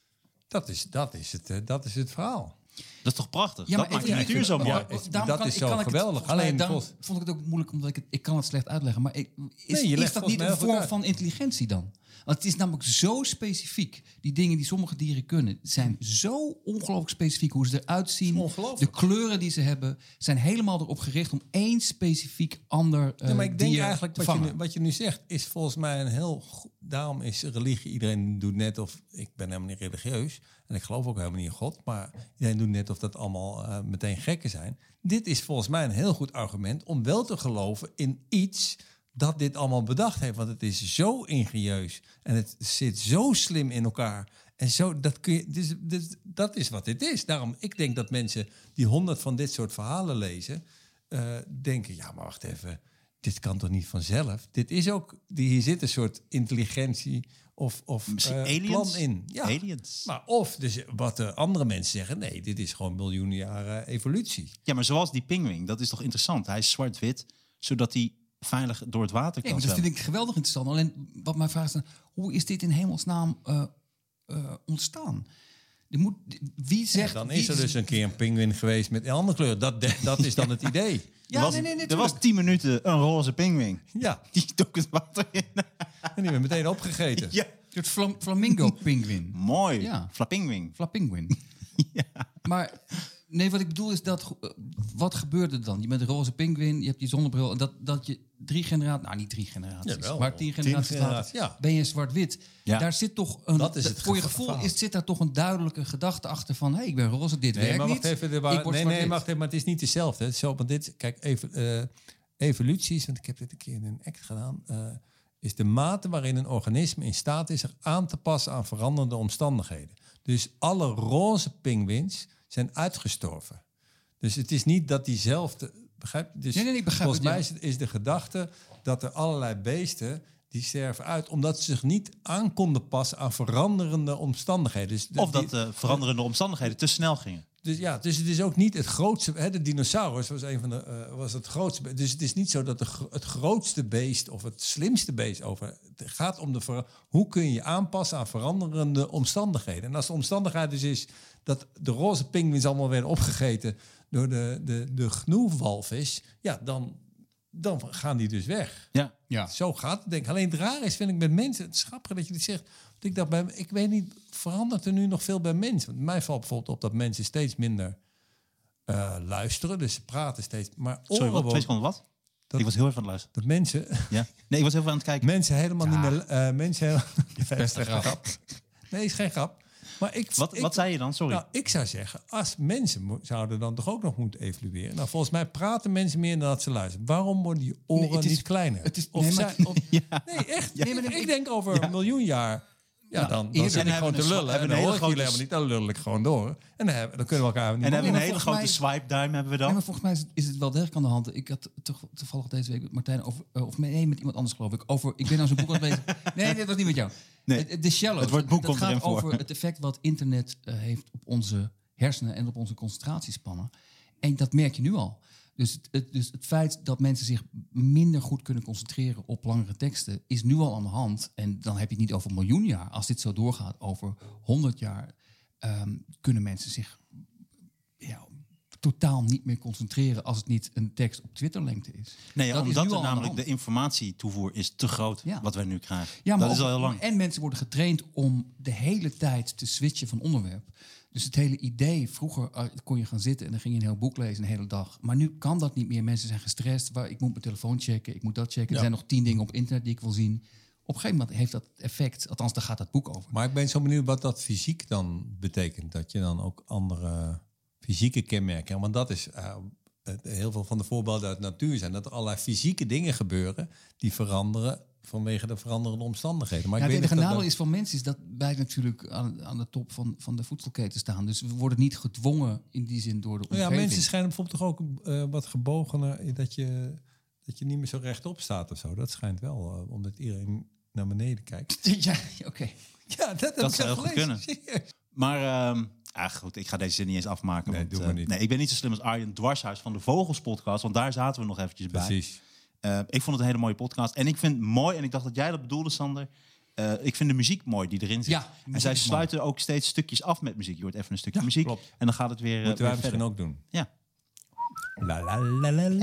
Dat is, dat is, het, uh, dat is het verhaal. Dat is toch prachtig? Ja, dat maakt de natuur zo mooi. Ja, dat is zo geweldig. Alleen dan vond ik het ook moeilijk, omdat ik het, ik kan het slecht uitleggen. Maar ik, is, nee, is dat niet een vorm van intelligentie dan? Want het is namelijk zo specifiek. Die dingen die sommige dieren kunnen, zijn zo ongelooflijk specifiek hoe ze eruit zien. De kleuren die ze hebben zijn helemaal erop gericht om één specifiek ander uh, ja, maar ik denk dier eigenlijk te wat je, vangen. nu, wat je nu zegt is volgens mij een heel go- daarom is religie, iedereen doet net of ik ben helemaal niet religieus en ik geloof ook helemaal niet in God, maar iedereen doet net of dat allemaal uh, meteen gekken zijn. Dit is volgens mij een heel goed argument om wel te geloven in iets dat dit allemaal bedacht heeft, want het is zo ingenieus en het zit zo slim in elkaar. En zo, dat, kun je, dus, dus, dat is wat dit is. Daarom, ik denk dat mensen die honderd van dit soort verhalen lezen, uh, denken, ja, maar wacht even, dit kan toch niet vanzelf? Dit is ook, hier zit een soort intelligentie of, of uh, aliens? plan in. Ja. Aliens. Maar of, dus wat de andere mensen zeggen, nee, dit is gewoon miljoenen jaren evolutie. Ja, maar zoals die pinguïn, dat is toch interessant? Hij is zwart-wit, zodat hij veilig door het water kan ja, dat vind ik geweldig interessant. Alleen wat mijn vraag is dan, hoe is dit in hemelsnaam uh, uh, ontstaan? Er moet, wie zegt... Ja, dan is er dus een keer een pinguïn geweest met een andere kleur. Dat, dat is dan het idee. Ja, er was, nee, nee, nee, er was tien minuten een roze pinguïn. Ja. Die dook het water in. En die werd meteen opgegeten. Ja. Een soort flam, flamingo-pinguïn. Mooi. Ja. Flapinguïn. Flapinguïn. Ja. Maar nee, wat ik bedoel is dat... Uh, wat gebeurde er dan? Je bent een roze pinguïn, je hebt die zonnebril. Dat, dat je drie generaties... Nou, niet drie generaties. Jawel, maar tien generaties later ja. ben je zwart-wit. Ja. Daar zit toch een... Dat is het voor je geval. gevoel is, zit daar toch een duidelijke gedachte achter van... hé, hey, ik ben roze, dit Nee, werkt maar niet. wacht even. De waar, Ik word nee, nee, zwart-wit. wacht even, maar het is niet hetzelfde. Het is zo, want dit, kijk, even, uh, evoluties, want ik heb dit een keer in een act gedaan... Uh, is de mate waarin een organisme in staat is zich aan te passen aan veranderende omstandigheden. Dus alle roze pinguïns zijn uitgestorven. Dus het is niet dat diezelfde... Begrijp, dus nee, nee, ik begrijp volgens het, mij ja. is, het, is de gedachte dat er allerlei beesten... die sterven uit, omdat ze zich niet aan konden passen aan veranderende omstandigheden. Dus de, Of dat die, uh, veranderende omstandigheden te snel gingen. Dus ja, dus het is ook niet het grootste. Hè, de dinosaurus was een van de uh, was het grootste. Dus het is niet zo dat de, het grootste beest of het slimste beest over. Het gaat om de ver, hoe kun je je aanpassen aan veranderende omstandigheden. En als de omstandigheid dus is dat de roze pinguïns allemaal werden opgegeten door de de de gnoewalvis, ja, dan dan gaan die dus weg. Ja. Ja. Zo gaat het, denk ik. Alleen het raar is, vind ik, met mensen... Het is grappig dat je dit zegt. Want ik dacht, bij, ik weet niet, verandert er nu nog veel bij mensen? Want mij valt bijvoorbeeld op dat mensen steeds minder uh, luisteren. Dus ze praten steeds... Maar Sorry, wat? oren Twee seconden, wat? Dat- ik was heel even aan het luisteren. Dat mensen, Ja? Nee, ik was heel even aan het kijken. mensen helemaal Ja. niet meer... Uh, mensen helemaal, Best een grap. Nee, is geen grap. Maar ik, Wat, ik, wat zei je dan? Sorry. Nou, ik zou zeggen, als mensen mo- zouden dan toch ook nog moeten evalueren. Nou, volgens mij praten mensen meer dan dat ze luisteren. Waarom worden je oren Nee, het is- niet kleiner? het is- of nee, maar- zij- of- ja. nee, echt. Nee, maar ik, ik- ik denk over een miljoen jaar... Ja, Nou, dan, dan eerder zit ik hebben gewoon we te een lullen. swa- En hebben dan een hoor ik hele jullie grote helemaal niet. Dan lul ik gewoon door. En dan, hebben, dan kunnen we elkaar niet En meer hebben we een maar hele volgens grote mij- swipe duim hebben we dan. Nee, maar volgens mij is het, is het wel degelijk aan de hand. Ik had toch, toevallig deze week met Martijn over... Uh, of nee, met iemand anders geloof ik. Over, ik ben nou zo'n boek aan het lezen. Nee, dit was niet met jou. Nee. Het- het- De Shallows. Het woordboek dat komt gaat erin voor. over het effect wat internet uh, heeft op onze hersenen... en op onze concentratiespannen. En dat merk je nu al. Dus het, het, dus het feit dat mensen zich minder goed kunnen concentreren op langere teksten... is nu al aan de hand. En dan heb je het niet over een miljoen jaar. Als dit zo doorgaat, over honderd jaar... Um, kunnen mensen zich ja, totaal niet meer concentreren... als het niet een tekst op Twitterlengte is. Nee, ja, Dat is omdat nu er al aan de namelijk de, hand. informatietoevoer is te groot, Ja. wat wij nu krijgen. Ja, dat maar is al ook- heel lang. En mensen worden getraind om de hele tijd te switchen van onderwerp. Dus het hele idee, vroeger uh, kon je gaan zitten en dan ging je een heel boek lezen een hele dag. Maar nu kan dat niet meer. Mensen zijn gestrest. Waar, ik moet mijn telefoon checken, ik moet dat checken. Ja. Er zijn nog tien dingen op internet die ik wil zien. Op een gegeven moment heeft dat effect. Althans, daar gaat dat boek over. Maar ik ben zo benieuwd wat dat fysiek dan betekent. Dat je dan ook andere fysieke kenmerken hebt. Want dat is uh, het- heel veel van de voorbeelden uit de natuur zijn. Dat er allerlei fysieke dingen gebeuren die veranderen vanwege de veranderende omstandigheden. Maar Ja, ik het weet enige niet of nadeel dat is van mensen is dat wij natuurlijk aan, aan de top van, van de voedselketen staan. Dus we worden niet gedwongen in die zin door de Nou ja, omgeving. mensen schijnen bijvoorbeeld toch ook uh, wat gebogener, dat je, dat je niet meer zo rechtop staat of zo. Dat schijnt wel, uh, omdat iedereen naar beneden kijkt. Ja, oké. Ja, dat, heb Dat ik zou zo heel goed gelezen. kunnen. Serieus. Maar ehm, ah, goed, ik ga deze zin niet eens afmaken. Nee, want, doe eh, maar niet. Nee, ik ben niet zo slim als Arjen Dwarshuis van de Vogels podcast, want daar zaten we nog eventjes bij. Precies. Uh, ik vond het een hele mooie podcast. En ik vind het mooi, en ik dacht dat jij dat bedoelde, Sander. Uh, ik vind de muziek mooi die erin zit. Ja, de muziek en zij is sluiten ook steeds stukjes af met muziek. Je hoort even een stukje Ja, muziek klopt. en dan gaat het weer, uh, Moeten wij weer misschien verder. ook doen. Ja. La, la, la, la,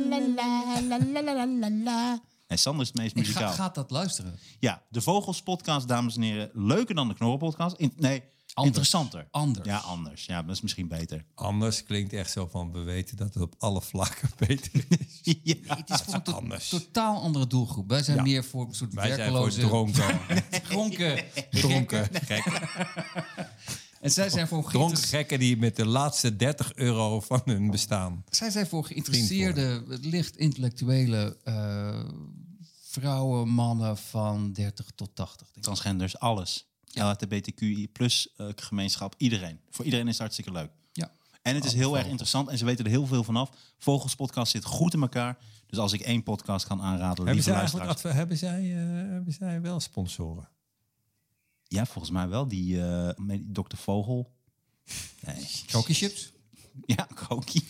la. En Sander is het meest Ik ga, muzikaal. gaat dat luisteren. Ja, de Vogels podcast, dames en heren. Leuker dan de Knorren podcast. In, nee, Anders. interessanter. Anders. Ja, anders. Ja, dat is misschien beter. Anders klinkt echt zo van, we weten dat het op alle vlakken beter is. ja. Het is voor een to- anders. totaal andere doelgroep. Wij zijn Ja. meer voor een soort Wij zijn voor werkeloze... dronken, dronken, dronken gekken. gekken. En zij zijn voor, Dronken geïnteresseerde, gekken die met de laatste dertig euro van hun bestaan. zij zijn voor geïnteresseerde, licht intellectuele uh, vrouwen, mannen van dertig tot tachtig. denk ik. Transgenders, alles. L H T B T Q I plus uh, gemeenschap, iedereen. Voor iedereen is het hartstikke leuk. Ja. En het is heel erg interessant en ze weten er heel veel vanaf. Vogels podcast zit goed in elkaar. Dus als ik één podcast kan aanraden, Hebben lieve zij, eigenlijk, luisteraars. adver- hebben, zij, uh, hebben zij wel sponsoren? Ja, volgens mij wel. Die uh, dokter Vogel. Nee. Kokie chips? Ja, Koki.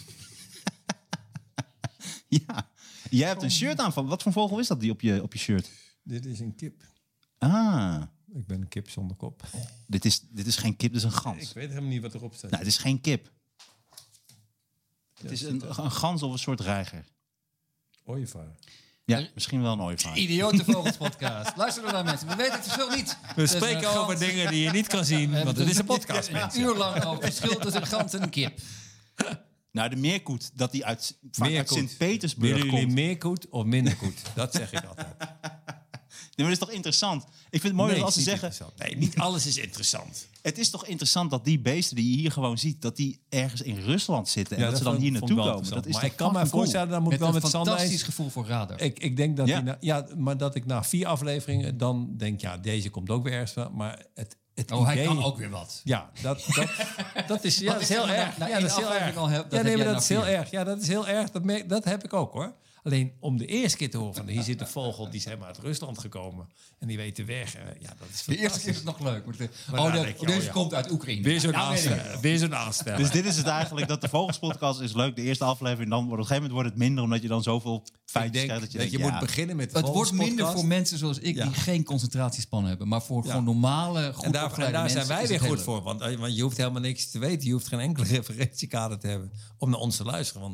ja. Jij hebt een shirt aan van... Wat voor vogel is dat die op je, op je shirt? Dit is een kip. Ah, Ik ben een kip zonder kop. dit is, dit is geen kip, dit is een gans. Ik weet helemaal niet wat erop staat. Nou, het is geen kip. Het Ja, is zit een, er. een gans of een soort reiger. Ooievaar. Ja, misschien wel een ooievaar. Idiote Vogels podcast. Luister er naar mensen. We weten het verschil niet. We Dus spreken een over gans- dingen die je niet kan zien, want het is een podcast, Een mensen. uur lang over het verschil tussen een gans en een kip. Nou, de meerkoet, dat die uit, vaak uit Meerkoet. Sint-Petersburg Willen jullie komt. meer goed of minder goed? Dat zeg ik altijd. Nee, maar dat is toch interessant? Ik vind het mooi Nee, dat als ze niet zeggen... interessant. Nee, niet alles is interessant. Het is toch interessant dat die beesten die je hier gewoon ziet... dat die ergens in Rusland zitten en Ja, dat, ze dan vond- hier vond naartoe ik wel komen. Dat is interessant. toch Maar ik kan me fucking voorstellen, dan moet ik Met wel een met Sander fantastisch eens. gevoel voor radar. Ik, ik denk dat Ja. ja. Na, ja, maar dat ik na vier afleveringen dan denk, ja, deze komt ook weer ergens van. Maar het, het Oh, hij idee, kan ook weer wat. Ja, dat, dat, dat is, ja, dat is heel ik na- erg. na Ja, één dat is heel aflevering erg. al heb, dat Ja, heb nee, maar jij dat is na heel vier. erg. Ja, dat is heel erg. Dat, merk- dat heb ik ook, hoor. Alleen om de eerste keer te horen van, hier zit een vogel, die is helemaal uit Rusland gekomen. En die weet de weg. Eh, Ja, dat is De eerste keer is fantastisch. het nog leuk. Maar de- Maar oh, daar de- denk je, deze oh ja. komt uit Oekraïne. Weer zo'n Nou, weet ik. aansteller. Weer zo'n aansteller. Dus dit is het eigenlijk, dat de Vogelspodcast is leuk. De eerste aflevering, dan wordt op een gegeven moment wordt het minder... omdat je dan zoveel Ik feitjes denk krijgt. Dat je, dat je denkt, moet ja, beginnen met de Het wordt minder Vogelspodcast. voor mensen zoals ik Ja. die geen concentratiespannen hebben. Maar voor Ja. gewoon normale, goed En daar, en opgeleide daar zijn mensen wij is weer het goed heel voor. Want, eh, want je hoeft helemaal niks te weten. Je hoeft geen enkele referentiekader te hebben om naar ons te luisteren. Want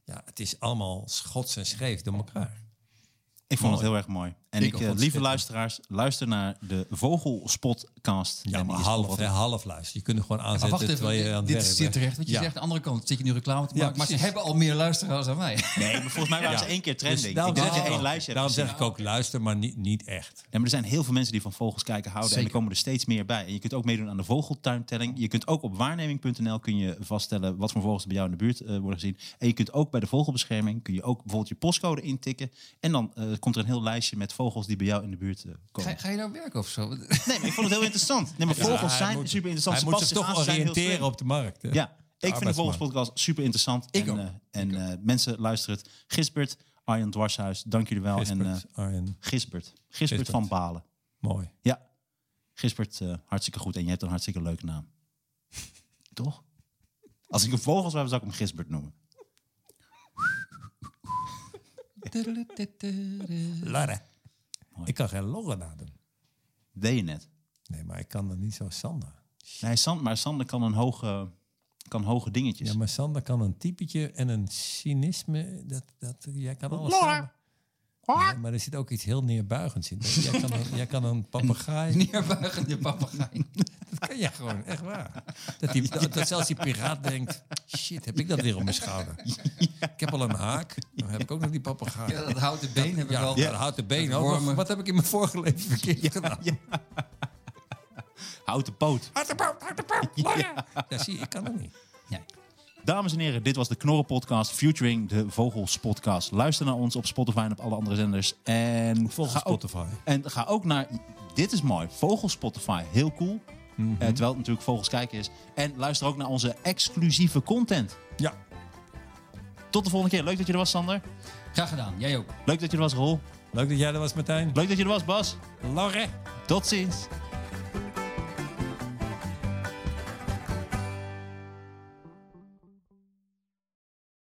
ja, het is allemaal schots en scheef door elkaar. Ik vond Mooi. het heel erg mooi. En Ik ik, ook, eh, vond het lieve schitterend. luisteraars, luister naar de Vogelspotcast. Ja, En maar die is half, op- hè, half luister. Je kunt er gewoon Maar aanzetten wacht even, terwijl je aan het dit werk is bent. zeer terecht. Want je Ja. zegt aan de andere kant, zit je nu reclame te Ja, maken. maar ze precies. hebben al meer luisteraars dan wij. Nee, maar volgens mij waren Ja. ze één keer trending. Dus daarom ik denk dat zeg je ik één ook- lijstje hebt Daarom gezien. zeg ik ook luister, maar niet, niet echt. Ja, maar er zijn heel veel mensen die van vogels kijken houden. En Zeker. er komen er steeds meer bij. En je kunt ook meedoen aan de vogeltuintelling. Je kunt ook op waarneming punt n l kun je vaststellen wat voor vogels er bij jou in de buurt eh, worden gezien. En je kunt ook bij de vogelbescherming kun je ook bijvoorbeeld je postcode intikken. En dan eh, komt er een heel lijstje met vogels die bij jou in de buurt eh, Ga, komen. ga je nou werken of zo? Nee, maar ik vond het heel interessant. Nee, maar Ja, vogels hij zijn moet- super interessant. Hij Ze moet passen zich zich toch aan, ze zijn heel oriënteren slim. op de markt. Hè? Ja, ik vind de arbeidsmarkt. Vogelspodcast super interessant. Ik en ook. eh, en eh, mensen, luister het. Gisbert, Arjen Dwarshuis, dank jullie wel. En Gisbert, eh, Arjen, Gisbert. Gisbert Gisbert. van Balen. mooi. Ja, Gisbert, eh, hartstikke goed. En je hebt een hartstikke leuke naam. Toch? Als ik een vogel zou hebben, zou ik hem Gisbert noemen. Larre. Ik kan geen loggen nadoen. Deed je net. Nee, maar ik kan dat niet zo Sander. Nee, Sand, maar Sander kan een hoge, kan hoge dingetjes. Ja, maar Sander kan een typetje en een cynisme. Dat, dat, jij kan alles Lorre. samen. Ja, maar er zit ook iets heel neerbuigends in. Jij kan een, jij kan een papegaai. Neerbuigende papegaai. Dat kan je gewoon, echt waar. Dat, die, dat, dat zelfs die piraat denkt... Shit, heb ik dat weer op mijn schouder? Ik heb al een haak. Dan heb ik ook nog die papegaai. Ja, dat houten been heb ik Ja, al. ja, dat houdt de been Dat ook. wormen. nog. Wat heb ik in mijn vorige leven verkeerd gedaan? Ja. Houten poot. Houd de poot, houd de poot, lorre. Ja, zie je, ik kan het niet. Nee. Dames en heren, dit was de Knorren Podcast featuring de Vogels Podcast. Luister naar ons op Spotify en op alle andere zenders. En Volgens ga ook, Spotify. en ga ook naar, dit is mooi, Vogels Spotify. Heel cool. Mhm. Eh, terwijl het natuurlijk Vogels kijken is. En luister ook naar onze exclusieve content. Ja. Tot de volgende keer. Leuk dat je er was, Sander. Graag gedaan. Jij ook. Leuk dat je er was, Roel. Leuk dat jij er was, Martijn. Leuk dat je er was, Bas. Lorre. Tot ziens.